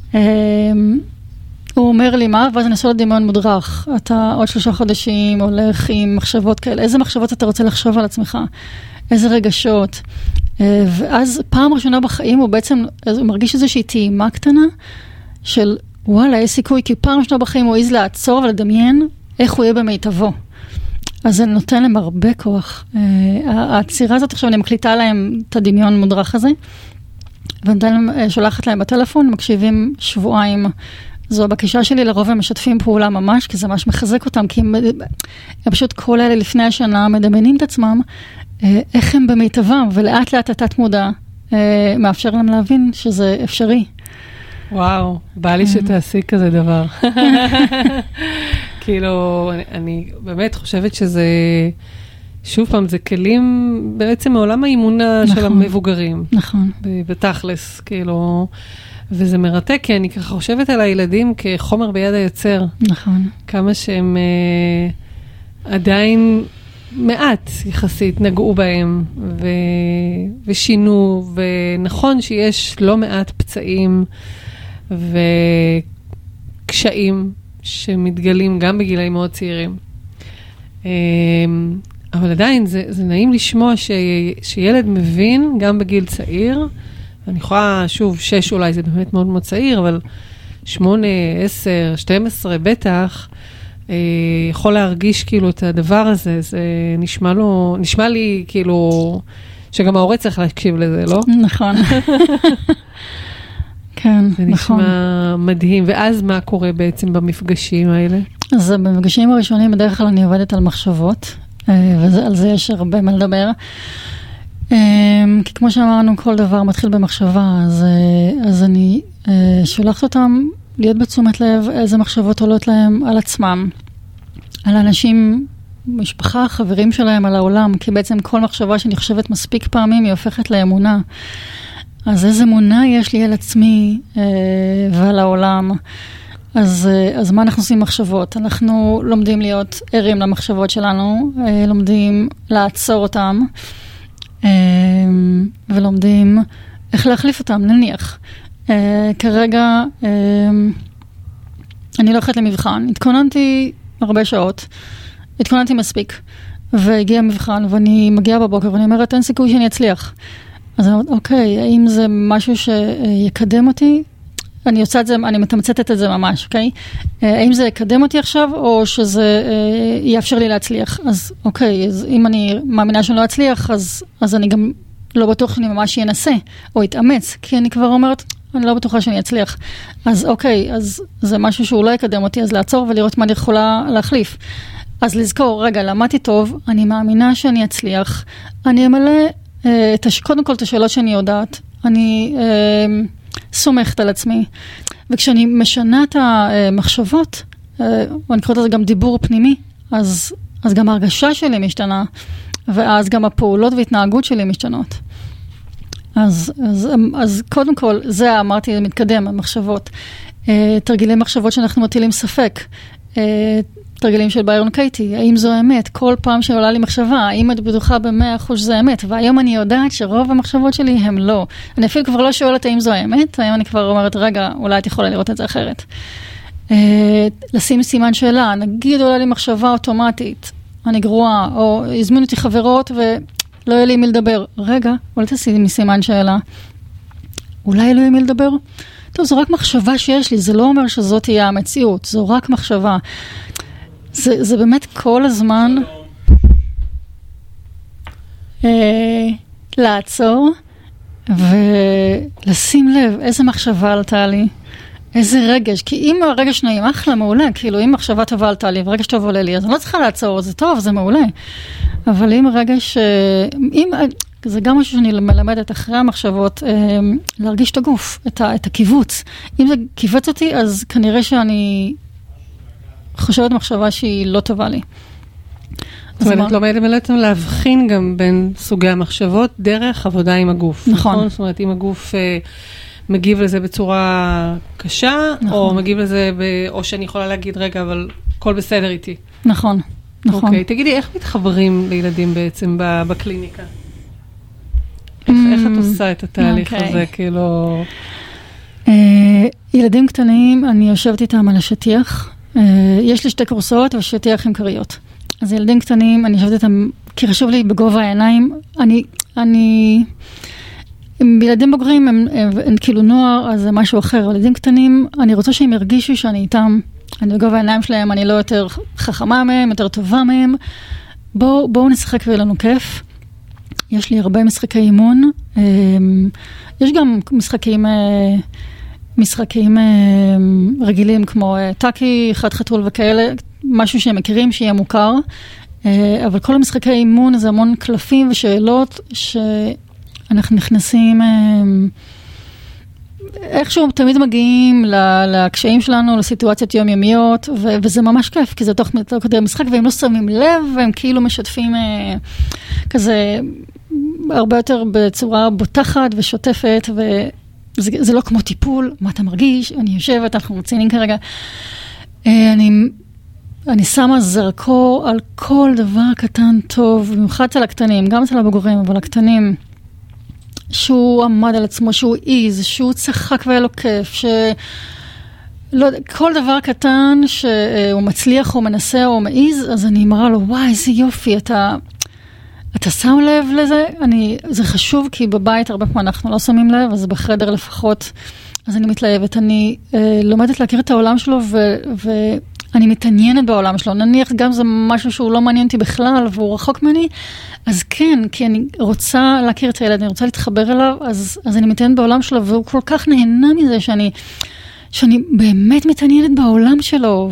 הוא אומר לי מה, ואז אני עושה לו דמיון מודרך. אתה עוד 3 חודשים הולך עם מחשבות כאלה. איזה מחשבות אתה רוצה לחשוב על עצמך? איזה רגשות? ואז פעם ראשונה בחיים הוא בעצם, הוא מרגיש איזושהי טעימה קטנה של וואלה, יש סיכוי, כי פעם ראשונה בחיים הוא העז לעצור ולדמיין איך הוא יהיה במיטבו. אז זה נותן להם הרבה כוח. העצירה הזאת עכשיו, אני מקליטה להם את הדמיון מודרך הזה, שולחת להם בטלפון, מקשיבים שבועיים. זו הבקשה שלי, לרוב הם משתפים פעולה ממש, כי זה ממש מחזק אותם, כי הם פשוט כל אלה לפני השנה מדמיינים את עצמם, איך הם במיטבם, ולאט לאט התת מודע מאפשר להם להבין שזה אפשרי.
וואו, בא לי שתעשי כזה דבר. כאילו, אני באמת חושבת שזה, שוב פעם, זה כלים בעצם מעולם האימונה של המבוגרים.
נכון.
בתכלס, כאילו, וזה מרתק, כי אני ככה חושבת על הילדים כחומר ביד היוצר.
נכון.
כמה שהם עדיין מעט יחסית נגעו בהם ושינו, ונכון שיש לא מעט פצעים וקשיים שמתגלים גם בגילאים מאוד צעירים. אבל עדיין זה נעים לשמוע שילד מבין גם בגיל צעיר, אני יכולה, שוב, 6 אולי זה באמת מאוד מאוד צעיר, אבל 8, 10, 12 בטח, יכול להרגיש כאילו את הדבר הזה, זה נשמע לי כאילו, שגם ההורה צריך להקשיב לזה, לא?
נכון. כן, נכון.
זה נשמע מדהים, ואז מה קורה בעצם במפגשים האלה?
אז במפגשים הראשונים בדרך כלל אני עובדת על מחשבות, ועל זה יש הרבה מה לדבר. כי כמו שאמרנו, כל דבר מתחיל במחשבה, אז אני שולחת אותם להיות בתשומת לב איזה מחשבות עולות להם על עצמם, על אנשים, משפחה, חברים שלהם, על העולם, כי בעצם כל מחשבה שאני חושבת מספיק פעמים היא הופכת לאמונה. אז איזה אמונה יש לי על עצמי ועל העולם. אז מה אנחנו עושים מחשבות? אנחנו לומדים להיות ערים למחשבות שלנו, לומדים לעצור אותם, ולומדים איך להחליף אותם, נניח. כרגע אני לא הולכת למבחן, התכוננתי הרבה שעות, התכוננתי מספיק, והגיע מבחן, ואני מגיעה בבוקר, ואני אומרת, אין סיכוי שאני אצליח. אז אני אומרת, אוקיי, האם זה משהו שיקדם אותי? אני עושה את זה, אני מתמצתת את זה ממש, אוקיי? האם זה יקדם אותי עכשיו, או שזה יאפשר לי להצליח? אז אוקיי, אז אם אני מאמינה שאני לא אצליח, אז אני גם לא בטוח שאני ממש ינסה, או יתאמץ, כי אני כבר אומרת, אני לא בטוחה שאני אצליח. אז אוקיי, אז זה משהו שהוא לא יקדם אותי, אז לעצור ולראות מה אני יכולה להחליף. אז לזכור, רגע, למדתי טוב, אני מאמינה שאני אצליח, אני אמלא קודם כל את השאלות שאני יודעת, אני סומכת על עצמי, וכשאני משנה את המחשבות, ואני קוראת לזה גם דיבור פנימי, אז גם ההרגשה שלי משתנה, ואז גם הפעולות והתנהגות שלי משתנות. אז קודם כל, זה אמרתי, זה מתקדם, המחשבות. תרגילי מחשבות שאנחנו מטילים ספק. תרגילים של ביירון קייטי, האם זו האמת? כל פעם שעולה לי מחשבה, האם את בטוחה ב100% שזה האמת? והיום אני יודעת שרוב המחשבות שלי הם לא. אני אפילו כבר לא שואלת האם זו האמת, היום אני כבר אומרת, רגע, אולי את יכולה לראות את זה אחרת. לשים סימן שאלה, נגיד עולה לי מחשבה אוטומטית, אני גרועה, או הזמינו אותי חברות ולא יהיה לי מי לדבר. רגע, אולי תשים סימן שאלה. אולי לא יהיה מי לדבר? טוב, זו רק מחשבה שיש לי, זה לא אומר שזאת תהיה המציאות, זו רק מחשבה. זה באמת כל הזמן לעצור ולשים לב איזה מחשבה עלתה לי, איזה רגש, כי אם הרגש נעים, אחלה, מעולה, כאילו אם מחשבה טובה עלתה לי ורגש טוב עולה לי, אז אני לא צריכה לעצור, זה טוב, זה מעולה. אבל אם רגש, זה גם משהו שאני מלמדת אחרי המחשבות, להרגיש את הגוף, את הקיבוץ. אם זה קיבץ אותי, אז כנראה שאני חושבת מחשבה שהיא לא טובה לי.
זאת אומרת, את לומדת להבחין גם בין סוגי המחשבות דרך עבודה עם הגוף.
נכון.
זאת אומרת, אם הגוף מגיב לזה בצורה קשה, או מגיב לזה, או שאני יכולה להגיד, רגע, אבל הכל בסדר איתי.
נכון, נכון.
אוקיי, תגידי, איך מתחברים לילדים בעצם בקליניקה? איך את עושה את התהליך הזה, כאילו?
ילדים קטנים, אני יושבת איתם על השטיח. יש לי 2 קורסאות ושטיח עם קריות. אז ילדים קטנים, אני יושבת איתם, כי חשוב לי בגובה העיניים. ילדים בוגרים, הם כאילו נוער, אז זה משהו אחר. ילדים קטנים, אני רוצה שהם ירגישו שאני איתם. אני בגובה העיניים שלהם, אני לא יותר חכמה מהם, יותר טובה מהם. בואו נשחק ויהיה לנו כיף. יש לי הרבה משחקי אימון. יש גם משחקים רגילים כמו טאקי, חד חתול וכאלה, משהו שהם מכירים, שיהיה מוכר. אבל כל המשחקי אימון זה המון קלפים ושאלות שאנחנו נכנסים, איכשהו תמיד מגיעים לקשיים שלנו, לסיטואציות יומיומיות, וזה ממש כיף, כי זה תוך כדי המשחק, והם לא שמים לב, והם כאילו משתפים כזה הרבה יותר בצורה בוטחת ושוטפת, וזה לא כמו טיפול, מה אתה מרגיש? אני יושבת, אנחנו מציינים כרגע. אני שמה זרקור על כל דבר קטן טוב, במיוחד אצל הקטנים, גם אצל הבוגרים, אבל הקטנים, שהוא עמד על עצמו, שהוא איז, שהוא צחק והיה לו כיף, כל דבר קטן שהוא מצליח או מנסה או מעיז, אז אני אמרה לו, וואי, איזה יופי, אתה שם לב לזה? זה חשוב, כי בבית הרבה פעמים אנחנו לא שמים לב, אז בחדר לפחות, אז אני מתלהבת. אני לומדת להכיר את העולם שלו, ואני מתעניינת בעולם שלו. נניח גם זה משהו שהוא לא מעניין אותי בכלל, והוא רחוק ממני, אז כן, כי אני רוצה להכיר את הילד, אני רוצה להתחבר אליו, אז אני מתעניינת בעולם שלו, והוא כל כך נהנה מזה שאני באמת מתעניינת בעולם שלו,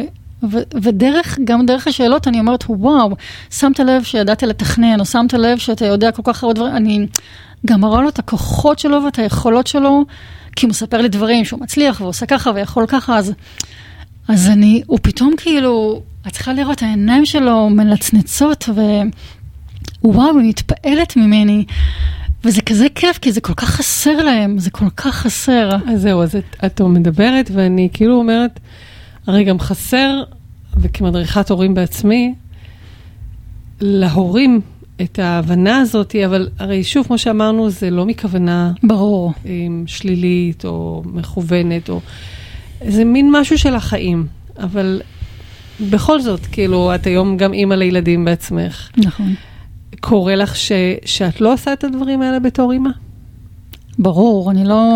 גם דרך השאלות אני אומרת, וואו, שמת לב שידעתי לתכנן, או שמת לב שאתה יודע כל כך הרבה דברים, אני גם מראה לו את הכוחות שלו ואת היכולות שלו, כי הוא מספר לי דברים שהוא מצליח ועושה ככה ויכול ככה, אז הוא פתאום כאילו, את צריכה לראות העיניים שלו מלצנצות, ווואו, היא מתפעלת ממני, וזה כזה כיף, כי זה כל כך חסר להם, זה כל כך חסר.
אז זהו, אז את מדברת, ואני כאילו אומרת, הרי גם חסר, וכמדריכת הורים בעצמי, להורים את ההבנה הזאת, אבל הרי שוב, כמו שאמרנו, זה לא מכוונה
ברור.
שלילית או מכוונת, או זה מין משהו של החיים, אבל בכל זאת, כאילו, את היום גם אימא לילדים בעצמך.
נכון.
קורה לך שאת לא עושה את הדברים האלה בתור אימא?
ברור,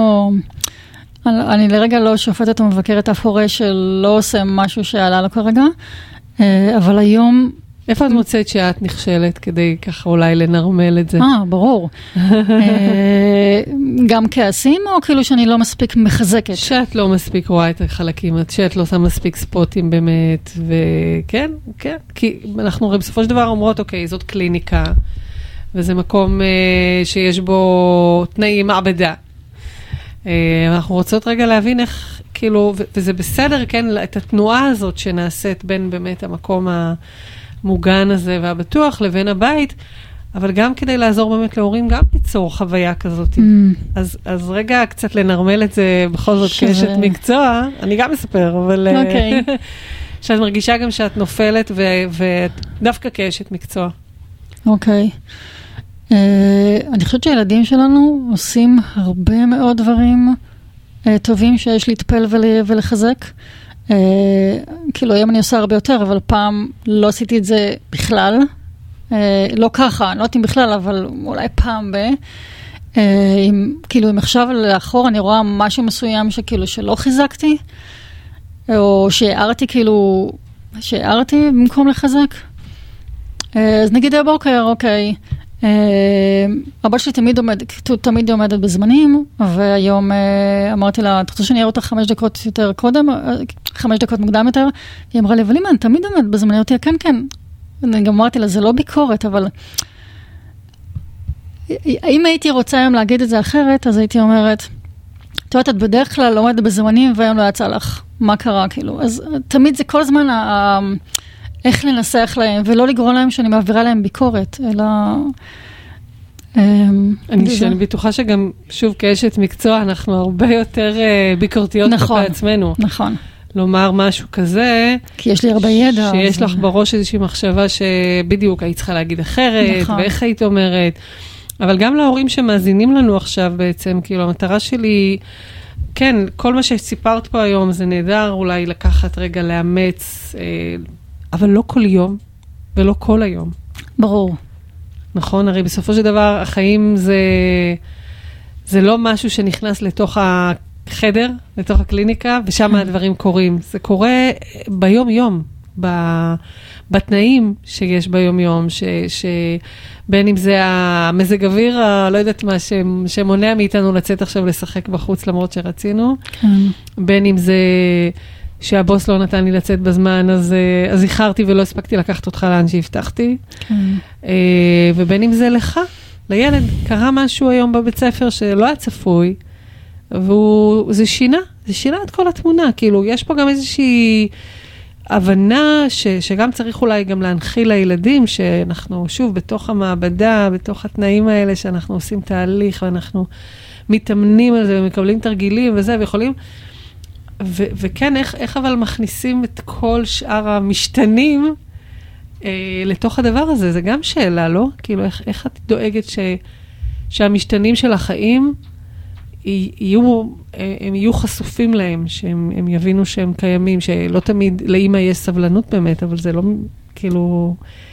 אני לרגע לא שופטת ומבקרת אף הורה שלא עושה משהו שעלה לו כרגע, אבל היום...
איפה את מוצאת שאת נכשלת כדי ככה אולי לנרמל את זה?
ברור. גם כעסים או כאילו שאני לא מספיק מחזקת?
שאת לא מספיק רואה את החלקים, שאת לא עושה מספיק ספוטים באמת, וכן, כן, כי אנחנו הרי בסופו של דבר אומרות, אוקיי, זאת קליניקה, וזה מקום שיש בו תנאי מעבדה. אנחנו רוצות רגע להבין איך, כאילו, וזה בסדר, כן, את התנועה הזאת שנעשית בין באמת המקום המוגן הזה והבטוח לבין הבית, אבל גם כדי לעזור באמת להורים, גם ליצור חוויה כזאת. אז רגע קצת לנרמל את זה בכל זאת כאשת מקצוע, אני גם אספר, אבל שאת מרגישה גם שאת נופלת ודווקא כאשת מקצוע.
אוקיי. אני חושבת שהילדים שלנו עושים הרבה מאוד דברים טובים שיש להתפל ולחזק. כאילו היום אני עושה הרבה יותר, אבל פעם לא עשיתי את זה בכלל. לא ככה, לא יודעת אם בכלל, אבל אולי פעם כאילו אם עכשיו לאחור אני רואה משהו מסוים שכאילו שלא חיזקתי, או שהערתי במקום לחזק. אז נגיד הבוקר, אוקיי, הבת שלי תמיד עומדת בזמנים, והיום אמרתי לה, אתה רוצה שאני אראה אותך 5 דקות יותר קודם, 5 דקות מוקדם יותר? היא אמרה לי, אבל אימא, אני תמיד עומדת בזמנים, אותי, כן, כן. אני גם אמרתי לה, זה לא ביקורת, אבל אם הייתי רוצה היום להגיד את זה אחרת, אז הייתי אומרת, את בדרך כלל עומדת בזמנים, והיום לא יצא לך. מה קרה, כאילו? אז תמיד זה כל הזמן איך לנסח להם, ולא לגרום להם שאני מעבירה להם ביקורת, אלא
אני בטוחה שגם, שוב, כאשת מקצוע, אנחנו הרבה יותר ביקורתיות כלפי עצמנו.
נכון.
לומר משהו כזה,
כי יש לי הרבה ידע.
שיש לך בראש איזושהי מחשבה שבדיוק היית צריכה להגיד אחרת, ואיך היית אומרת. אבל גם להורים שמאזינים לנו עכשיו בעצם, כאילו המטרה שלי, כן, כל מה שסיפרת פה היום זה נהדר, אולי לקחת רגע לאמץ, אבל לא כל יום, ולא כל היום.
ברור.
נכון, הרי בסופו של דבר, החיים זה לא משהו שנכנס לתוך החדר, לתוך הקליניקה, ושם הדברים קורים. זה קורה ביום-יום, בתנאים שיש ביום-יום, בין אם זה המזג אוויר, לא יודעת מה, שמונע מאיתנו לצאת עכשיו לשחק בחוץ, למרות שרצינו. בין אם זה שהבוס לא נתן לי לצאת בזמן, אז איחרתי ולא הספקתי לקחת אותך לאן שהבטחתי. ובין אם זה לך, לילד, קרה משהו היום בבית ספר שלא היה צפוי, וזה שינה את כל התמונה. כאילו, יש פה גם איזושהי הבנה שגם צריך אולי גם להנחיל לילדים, שאנחנו שוב בתוך המעבדה, בתוך התנאים האלה שאנחנו עושים תהליך, ואנחנו מתאמנים על זה ומקבלים תרגילים וזה, ויכולים, וכן, איך אבל מכניסים את כל שאר המשתנים לתוך הדבר הזה? זה גם שאלה, לא? כאילו, איך את דואגת שהמשתנים של החיים הם יהיו חשופים להם, שהם יבינו שהם קיימים, שלא תמיד לאמא יש סבלנות באמת, אבל זה לא, כאילו,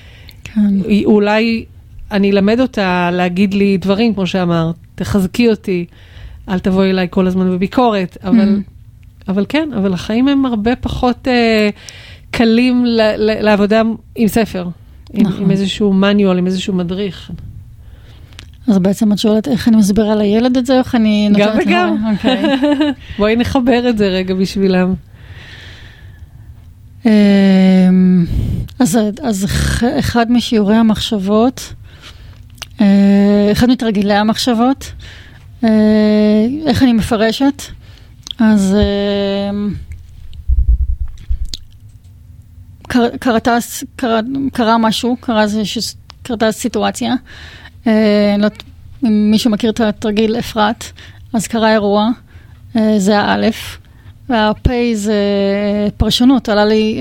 אולי אני אלמד אותה להגיד לי דברים, כמו שאמרת, תחזקי אותי, אל תבואי אליי כל הזמן בביקורת, אבל כן, אבל החיים הם הרבה פחות קלים לעבודה עם ספר, עם איזשהו מניואל, עם איזשהו מדריך.
אז בעצם את שואלת איך אני מסבירה לילד את זה, איך אני
נותנת לו? גם וגם. בואי נחבר את זה רגע בשבילם.
אז אחד משיעורי המחשבות, אחד מתרגילי המחשבות, איך אני מפרשת, אז קרה משהו, קרתה סיטואציה, אם מישהו מכיר את התרגיל אפרת, אז קרה אירוע, זה האלף, והפי זה פרשנות, עלה לי,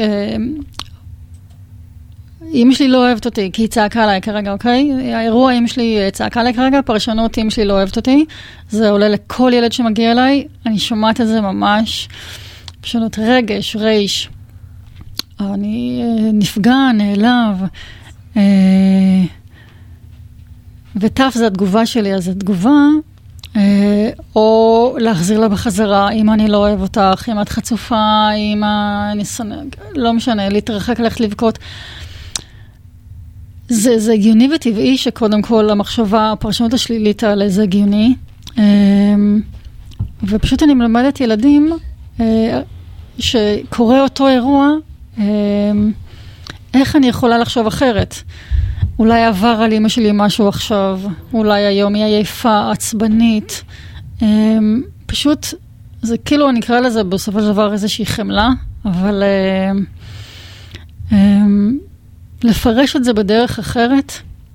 אמא שלי לא אוהבת אותי, כי היא צעקה עליי כרגע, אוקיי? האירוע, אמא שלי צעקה עליי כרגע, פרשנות, אמא שלי לא אוהבת אותי, זה עולה לכל ילד שמגיע אליי, אני שומעת את זה ממש, פרשנות רגש, ריש, אני נפגע, נעלב, וטף זה התגובה שלי, אז התגובה, או להחזיר לה בחזרה, אם אני לא אוהב אותך, אם את חצופה, אם אני שונא, לא משנה, להתרחק, ללכת לבכות. זה הגיוני וטבעי שקודם כל המחשבה, הפרשנות השלילית עליה זה הגיוני, ופשוט אני מלמדת ילדים שקורה אותו אירוע, איך אני יכולה לחשוב אחרת. אולי עבר על אמא שלי משהו עכשיו, אולי היום היא עייפה, עצבנית. פשוט, זה כאילו, אני אקרא לזה בסופו של דבר איזושהי חמלה, אבל לפרש את זה בדרך אחרת.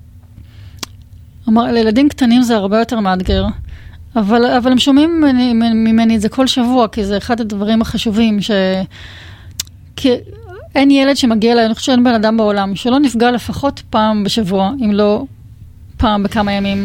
לילדים קטנים זה הרבה יותר מאתגר, אבל הם שומעים ממני את זה כל שבוע, כי זה אחד הדברים החשובים, כי אין ילד שמגיע אליי, אני חושבת שאין בן אדם בעולם, שלא נפגע לפחות פעם בשבוע, אם לא פעם בכמה ימים.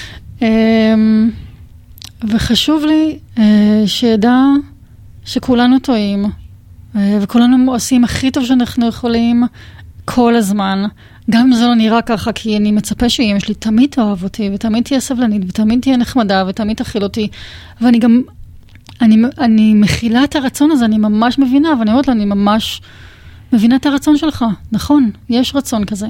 וחשוב לי שידע שכולנו טועים, וכולנו עושים הכי טוב שאנחנו יכולים כל הזמן, גם אם זה לא נראה ככה, כי אני מצפה שאמא שלי תמיד תאהב אותי, ותמיד תהיה סבלנית, ותמיד תהיה נחמדה, ותמיד תכיל אותי, ואני גם, אני מכילה את הרצון הזה, אני ממש מבינה, ואני אומרת לה, אני ממש מבינה את הרצון שלך, נכון, יש רצון כזה.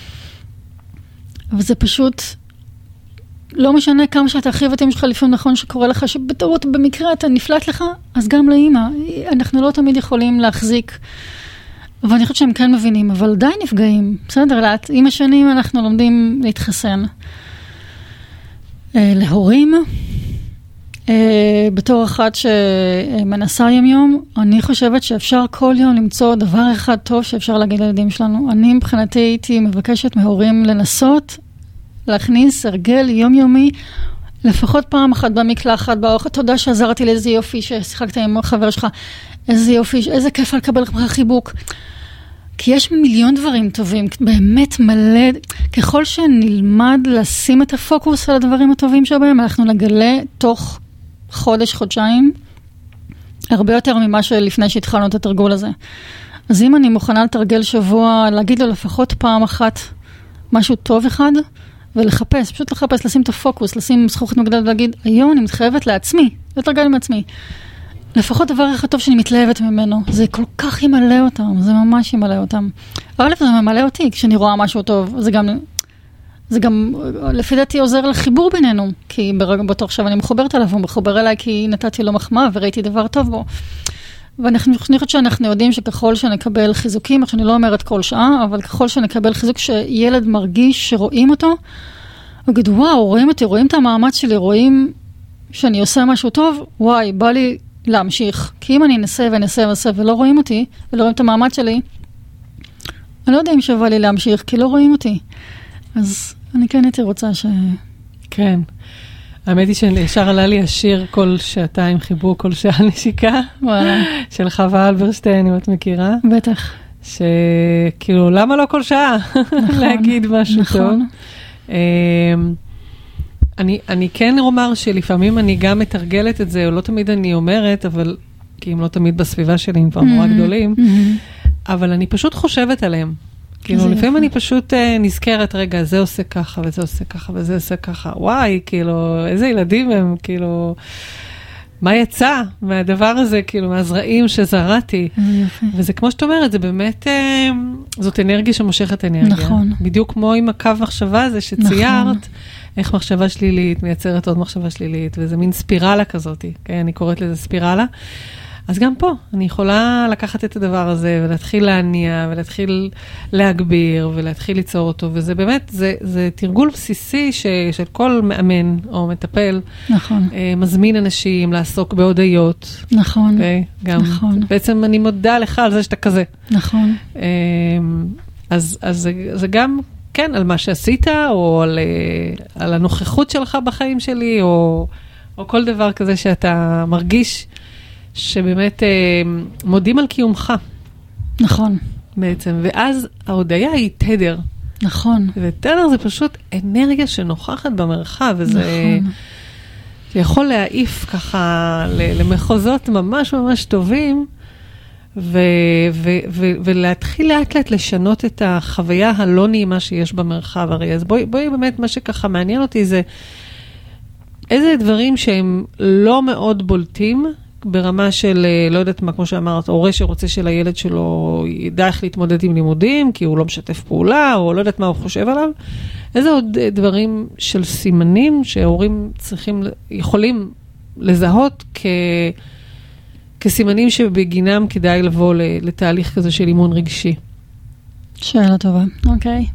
וזה פשוט, לא משנה כמה שאתה הכי ואתם שלך לפעמים נכון שקורה לך, שבטעות במקרה אתה נפלט לך, אז גם לאמא, אנחנו לא תמיד יכולים להחזיק, ואני חושבת שהם כן מבינים, אבל די נפגעים, בסדר, לאט, עם השנים אנחנו לומדים להתחסן. להורים, בתור אחת שמנסה יום, אני חושבת שאפשר כל יום למצוא דבר אחד טוב שאפשר להגיד לילדים שלנו. אני מבחינתי הייתי מבקשת מהורים לנסות, להכניס הרגל יומיומי, לפחות פעם אחת במקלחת, באוכל, תודה שעזרתי לאיזה יופי ששיחקת עם חבר שלך, איזה יופי, איזה כיף לקבל לך חיבוק. כי יש מיליון דברים טובים, באמת מלא, ככל שנלמד לשים את הפוקוס על הדברים הטובים שבהם, אנחנו נגלה תוך חודש, חודשיים, הרבה יותר ממה שלפני שהתחלנו את התרגול הזה. אז אם אני מוכנה לתרגל שבוע, להגיד לו לפחות פעם אחת משהו טוב אחד, ולחפש, פשוט לחפש, לשים את הפוקוס, לשים זכוכית מגדלת ולהגיד, היום אני מתחייבת לעצמי, לתרגל עם עצמי. לפחות דבר אחד טוב שאני מתלהבת ממנו, זה כל כך ימלא אותם, זה ממש ימלא אותם. אבל לפעמים זה ממלא אותי, כשאני רואה משהו טוב, זה גם לפי דעתי עוזר לחיבור בינינו, כי בטוח עכשיו אני מחוברת עליו, הוא מחובר אליי כי נתתי לו מחמאה וראיתי דבר טוב בו. ואנחנו חושבת שאנחנו יודעים שככל שנקבל חיזוקים, שאני לא אומרת כל שעה, אבל ככל שנקבל חיזוק שילד מרגיש שרואים אותו, הוא יגיד, וואו, רואים אותי, רואים את המאמץ שלי, רואים שאני עושה משהו טוב, וואי, בא לי להמשיך. כי אם אני אנסה ואנסה ולא רואים אותי, ולא רואים את המאמץ שלי, אני לא יודע אם שווה לי להמשיך, כי לא רואים אותי. אז אני כן הייתי רוצה ש...
כן. האמת היא שישר עלה לי השיר כל שעתיים חיבוק, כל שעה נשיקה, של חווה אלברשטיין, אם את מכירה.
בטח.
שכאילו, למה לא כל שעה להגיד משהו טוב? אני כן אומר שלפעמים אני גם מתרגלת את זה, או לא תמיד אני אומרת, אבל, כי אם לא תמיד בסביבה שלי, הם כבר נורא גדולים, אבל אני פשוט חושבת עליהם. כאילו, לפעמים אני פשוט נזכרת, רגע, זה עושה ככה, וזה עושה ככה, וזה עושה ככה. וואי, כאילו, איזה ילדים הם, כאילו, מה יצא מהדבר הזה, כאילו, מהזרעים שזרעתי. וזה כמו שאת אומרת, זה באמת, זאת אנרגיה שמושכת אנרגיה.
נכון.
בדיוק כמו עם הקו מחשבה הזה שציירת, איך מחשבה שלילית מייצרת עוד מחשבה שלילית, וזה מין ספירלה כזאת, כן? אני קוראת לזה ספירלה. אז גם פה, אני יכולה לקחת את הדבר הזה, ולהתחיל להניע, ולהתחיל להגביר, ולהתחיל ליצור אותו, וזה באמת, זה תרגול בסיסי של כל מאמן או מטפל,
נכון.
מזמין אנשים לעסוק בהודיות.
נכון.
גם,
נכון.
בעצם אני מודה לך על זה שאתה כזה.
נכון.
אז זה גם, כן, על מה שעשית, או על הנוכחות שלך בחיים שלי, או כל דבר כזה שאתה מרגיש, שבאמת מודים על קיומך.
נכון.
בעצם, ואז ההודעה היא תדר.
נכון.
ותדר זה פשוט אנרגיה שנוכחת במרחב, וזה יכול להעיף ככה למחוזות ממש ממש טובים, ולהתחיל לאט לאט לשנות את החוויה הלא נעימה שיש במרחב. הרי אז בואי באמת, מה שככה מעניין אותי זה, איזה דברים שהם לא מאוד בולטים, ברמה של, לא יודעת מה, כמו שאמרת, הורה שרוצה של הילד שלו ידע איך להתמודד עם לימודים, כי הוא לא משתף פעולה, או לא יודעת מה הוא חושב עליו. איזה עוד דברים של סימנים שההורים יכולים לזהות כסימנים שבגינם כדאי לבוא לתהליך כזה של אימון רגשי?
שאלה טובה, אוקיי.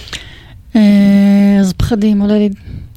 אז פחדים, עולה לי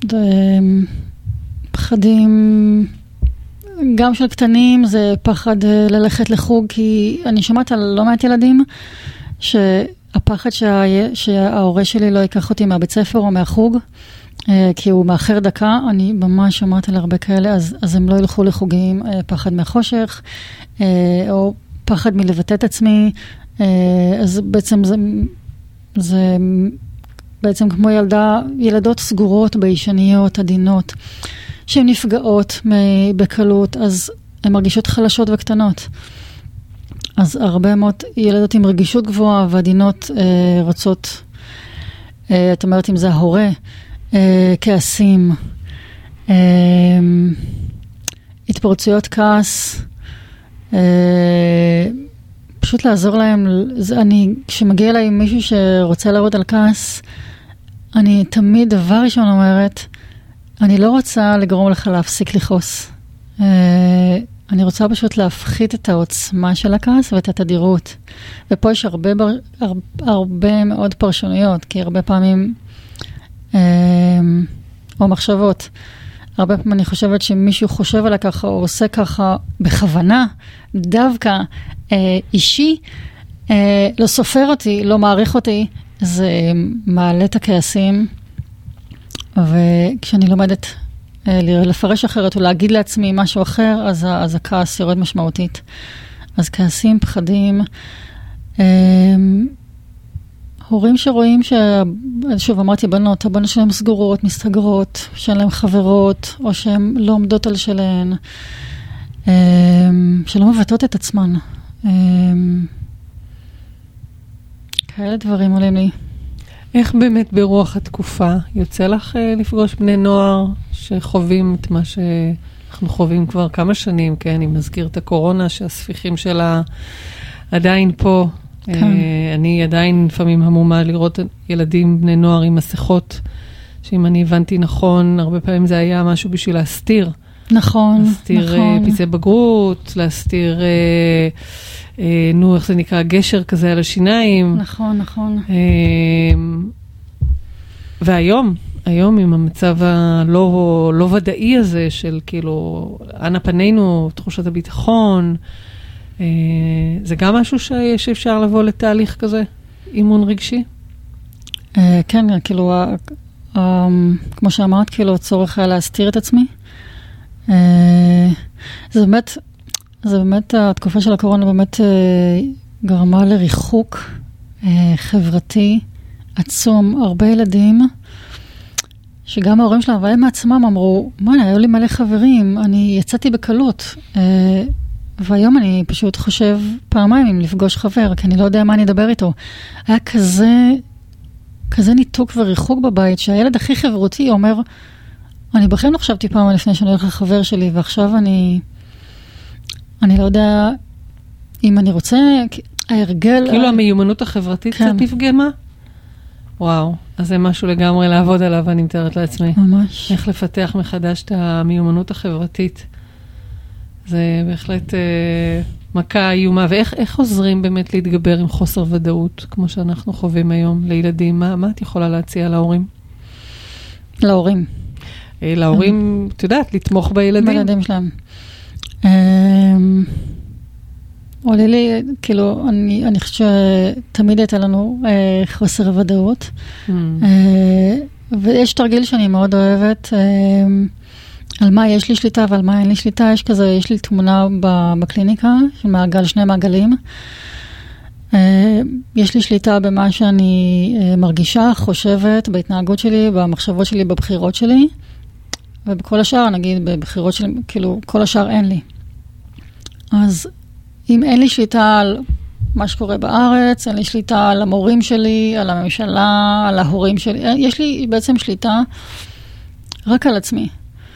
פחדים... גם של קטנים זה פחד ללכת לחוג, כי אני שומעת על לא מעט ילדים שהפחד שההורה שלי לא ייקח אותי מהבית ספר או מהחוג, כי הוא מאחר דקה, אני ממש שומעת על הרבה כאלה, אז הם לא ילכו לחוגים, פחד מהחושך, או פחד מלבטא את עצמי, אז בעצם זה בעצם כמו ילדות סגורות, בישניות, עדינות, שהן נפגעות בקלות, אז הן מרגישות חלשות וקטנות. אז הרבה מאוד ילדות עם רגישות גבוהה ועדינות רוצות, את אומרת אם זה ההורה, כעסים, התפרצויות כעס, פשוט לעזור להם. כשמגיע אליי מישהו שרוצה להראות על כעס, אני תמיד דבר ראשון אומרת, אני לא רוצה לגרום לך להפסיק לכעוס. אני רוצה פשוט להפחית את העוצמה של הכעס ואת התדירות. ופה יש הרבה מאוד פרשנויות, כי הרבה פעמים, או מחשבות, הרבה פעמים אני חושבת שמישהו חושב עליי ככה, או עושה ככה בכוונה, דווקא אישי, לא סופר אותי, לא מעריך אותי, זה מעלה את הכעסים, וכשאני לומדת לפרש אחרת, או להגיד לעצמי משהו אחר, אז הכעס יורד משמעותית. אז כעסים, פחדים, הורים שרואים שוב אמרתי בנות, הבנות שלהם סגורות, מסתגרות, שאין להם חברות, או שהן לא עומדות על שלהן, שלא מבטאות את עצמן. כאלה דברים עולים לי.
איך באמת ברוח התקופה יוצא לך לפגוש בני נוער שחווים את מה שאנחנו חווים כבר כמה שנים, כן? אני מזכיר את הקורונה שהספיחים שלה עדיין פה. אני עדיין לפעמים המומה לראות ילדים, בני נוער עם מסכות, שאם אני הבנתי נכון, הרבה פעמים זה היה משהו בשביל להסתיר.
נכון,
להסתיר פיצי בגרות, להסתיר, איך זה נקרא, גשר כזה על השיניים.
נכון, נכון.
והיום עם המצב הלא ודאי הזה של כאילו, אנה פנינו, תחושת הביטחון, זה גם משהו שאפשר לבוא לתהליך כזה, אימון רגשי?
כן, כאילו, כמו שאמרת, כאילו, הצורך היה להסתיר את עצמי. זה באמת, התקופה של הקורונה באמת גרמה לריחוק חברתי עצום. הרבה ילדים, שגם ההורים שלהם, והם מעצמם אמרו, היו לי מלא חברים, אני יצאתי בקלות, והיום אני פשוט חושב פעמיים אם לפגוש חבר, כי אני לא יודע מה אני אדבר איתו. היה כזה ניתוק וריחוק בבית, שהילד הכי חברותי אומר, אני בכלל לא חשבתי פעם לפני שאני הולך לחבר שלי, ועכשיו אני לא יודע אם אני רוצה, ההרגל...
כאילו המיומנות החברתית קצת נפגמה? וואו, אז זה משהו לגמרי לעבוד עליו, אני מתארת לעצמי.
ממש.
איך לפתח מחדש את המיומנות החברתית. זה בהחלט מכה איומה. ואיך עוזרים באמת להתגבר עם חוסר ודאות, כמו שאנחנו חווים היום לילדים? מה את יכולה להציע להורים? להורים, את יודעת, לתמוך בילדים.
בילדים שלהם. עולה לי, כאילו, אני חושבת שתמיד הייתה לנו חוסר ודאות. ויש תרגיל שאני מאוד אוהבת, על מה יש לי שליטה ועל מה אין לי שליטה. יש לי תמונה בקליניקה של שני מעגלים. יש לי שליטה במה שאני מרגישה, חושבת, בהתנהגות שלי, במחשבות שלי, בבחירות שלי. ובכל השאר, נגיד, בבחירות שלי, כאילו, כל השאר אין לי. אז אם אין לי שליטה על מה שקורה בארץ, אין לי שליטה על המורים שלי, על הממשלה, על ההורים שלי, יש לי בעצם שליטה רק על עצמי.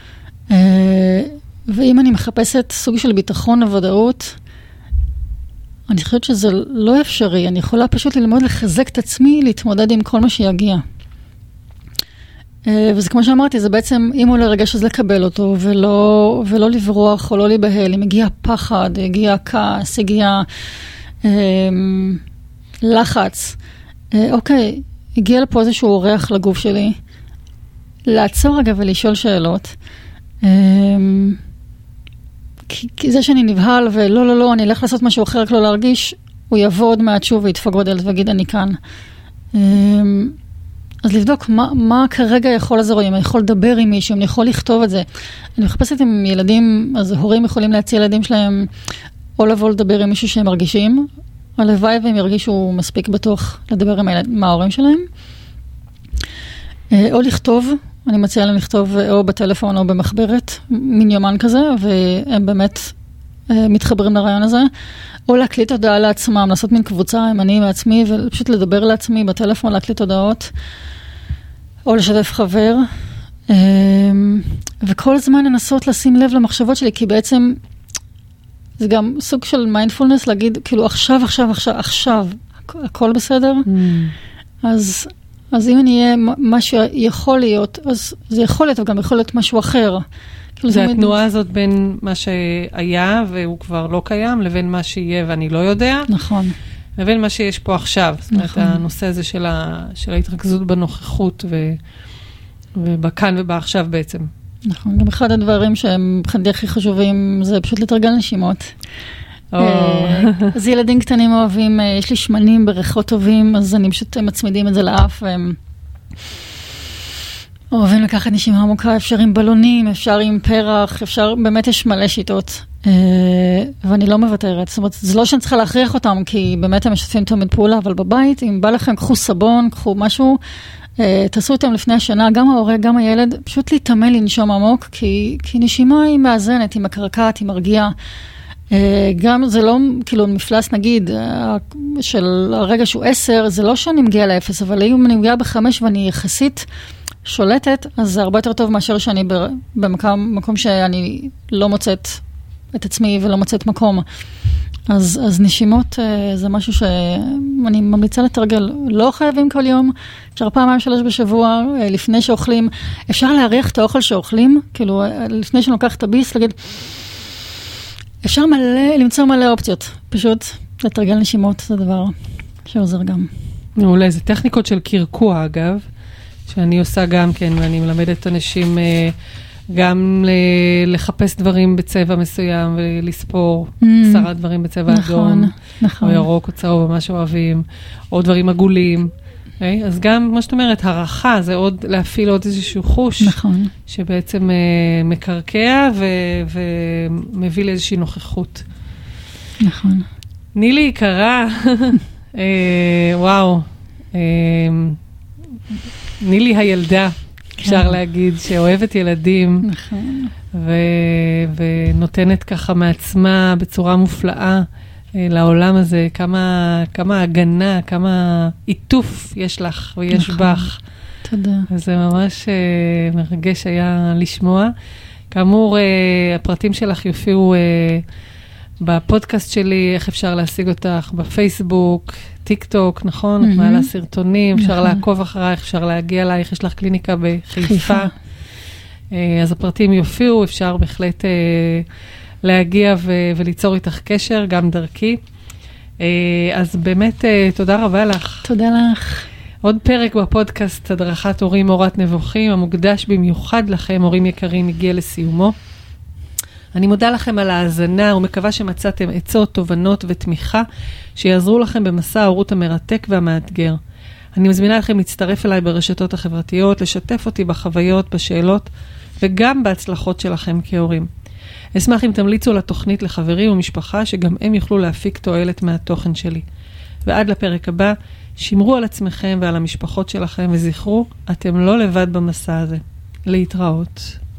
ואם אני מחפשת סוג של ביטחון וודאות, אני חושבת שזה לא אפשרי. אני יכולה פשוט ללמוד לחזק את עצמי, להתמודד עם כל מה שיגיע. וזה כמו שאמרתי, זה בעצם, אם הוא לרגש, אז לקבל אותו, ולא לברוח או לא להיבהל. אם הגיע פחד, הגיע כעס, הגיע לחץ. אוקיי, הגיע לפה איזשהו אורח לגוף שלי. לעצור רגע ולשאול שאלות. כי זה שאני נבהל ולא, אני אלך לעשות משהו אחר, רק לא להרגיש, הוא יבוא עוד מעט שוב וידפוק בדלת ויגיד, אני כאן. אז לבדוק מה כרגע יכול לעזור, אם אני יכול לדבר עם מישהו, אם אני יכול לכתוב את זה. אני מחפשת עם ילדים, אז הורים יכולים להציע ילדים שלהם, או לבוא לדבר עם מישהו שהם מרגישים, הלוואי והם ירגישו מספיק בטוח לדבר עם ההורים שלהם. או לכתוב, אני מציעה להם לכתוב או בטלפון או במחברת, מין יומן כזה, והם באמת מתחברים לרעיון הזה, או להקליט הודעה לעצמם, לעשות מין קבוצה עם אני מעצמי, ופשוט לדבר לעצמי בטלפון, להקליט הודעות, או לשתף חבר, וכל הזמן לנסות לשים לב למחשבות שלי, כי בעצם זה גם סוג של מיינדפולנס, להגיד, כאילו, עכשיו, הכל בסדר. אז אם אני אהיה מה שיכול להיות, אז זה יכול להיות, אבל גם יכול להיות משהו אחר.
זה התנועה הזאת בין מה שהיה, והוא כבר לא קיים, לבין מה שיהיה ואני לא יודע.
נכון.
לבין מה שיש פה עכשיו. זאת אומרת, הנושא הזה של ההתרכזות בנוכחות, ובכאן ובעכשיו בעצם.
נכון, גם אחד הדברים שהם מבחינתי הכי חשובים, זה פשוט לתרגל נשימות. אז ילדים קטנים אוהבים, יש לי שמנים בריחות טובים, אז אני פשוט מצמידים את זה לאף, והם אוהבים לקחת נשימה עמוקה, אפשר עם בלונים, אפשר עם פרח, אפשר, באמת יש מלא שיטות, ואני לא מוותרת. זאת אומרת, זה לא שאני צריכה להכריח אותם, כי באמת הם משתפים תמיד פעולה, אבל בבית, אם בא לכם, קחו סבון, קחו משהו, תעשו אותם לפני השנה, גם ההורה, גם הילד, פשוט להתאמן לנשום עמוק, כי נשימה היא מאזנת, היא מקרקעת, היא מרגיעה. גם זה לא, כאילו, מפלס נגיד, של הרגע שהוא 10, זה לא שאני מגיעה ל-0, אבל אם אני מגיעה ב-5 ואני יחסית שולטת, אז זה הרבה יותר טוב מאשר שאני במקום שאני לא מוצאת את עצמי ולא מוצאת מקום. אז נשימות זה משהו שאני ממליצה לתרגל. לא חייבים כל יום, אפשר 2-3 בשבוע, לפני שאוכלים. אפשר להריח את האוכל שאוכלים, כאילו, לפני שנוקח את הביס, להגיד, אפשר למצוא מלא אופציות. פשוט לתרגל נשימות זה דבר שעוזר גם.
אולי זה טכניקות של קרקוע, אגב, שאני עושה גם כן, ואני מלמדת אנשים גם לחפש דברים בצבע מסוים, ולספור 10 דברים בצבע אדום, או ירוק או צהוב, או מה שאוהבים, או דברים עגולים. אז גם, כמו שאת אומרת, הרחה, זה עוד להפעיל עוד איזשהו חוש, שבעצם מקרקע ומביא לאיזושהי נוכחות.
נכון.
נילי יקרה, וואו, נילי הילדה, אפשר להגיד, שאוהבת ילדים, ונותנת ככה מעצמה בצורה מופלאה לעולם הזה, כמה הגנה, כמה עיטוף יש לך ויש בך.
תודה.
וזה ממש מרגש היה לשמוע. כאמור, הפרטים שלך יופיעו בפודקאסט שלי, איך אפשר להשיג אותך בפייסבוק, טיק טוק, נכון? את מעלה סרטונים, אפשר לעקוב אחרייך, אפשר להגיע אלייך, יש לך קליניקה בחיפה. אז הפרטים יופיעו, אפשר בהחלט להגיע וליצור איתך קשר, גם דרכי. אז באמת, תודה רבה לך.
תודה לך.
עוד פרק בפודקאסט הדרכת הורים אורת נבוכים, המוקדש במיוחד לכם, הורים יקרים, הגיע לסיומו. אני מודה לכם על ההאזנה ומקווה שמצאתם עצות, תובנות ותמיכה שיעזרו לכם במסע ההורות המרתק והמאתגר. אני מזמינה לכם להצטרף אליי ברשתות החברתיות, לשתף אותי בחוויות, בשאלות וגם בהצלחות שלכם כהורים. אשמח אם תמליצו לתוכנית לחברים ומשפחה שגם הם יוכלו להפיק תועלת מהתוכן שלי. ועד לפרק הבא, שמרו על עצמכם ועל המשפחות שלכם וזכרו, אתם לא לבד במסע הזה. להתראות.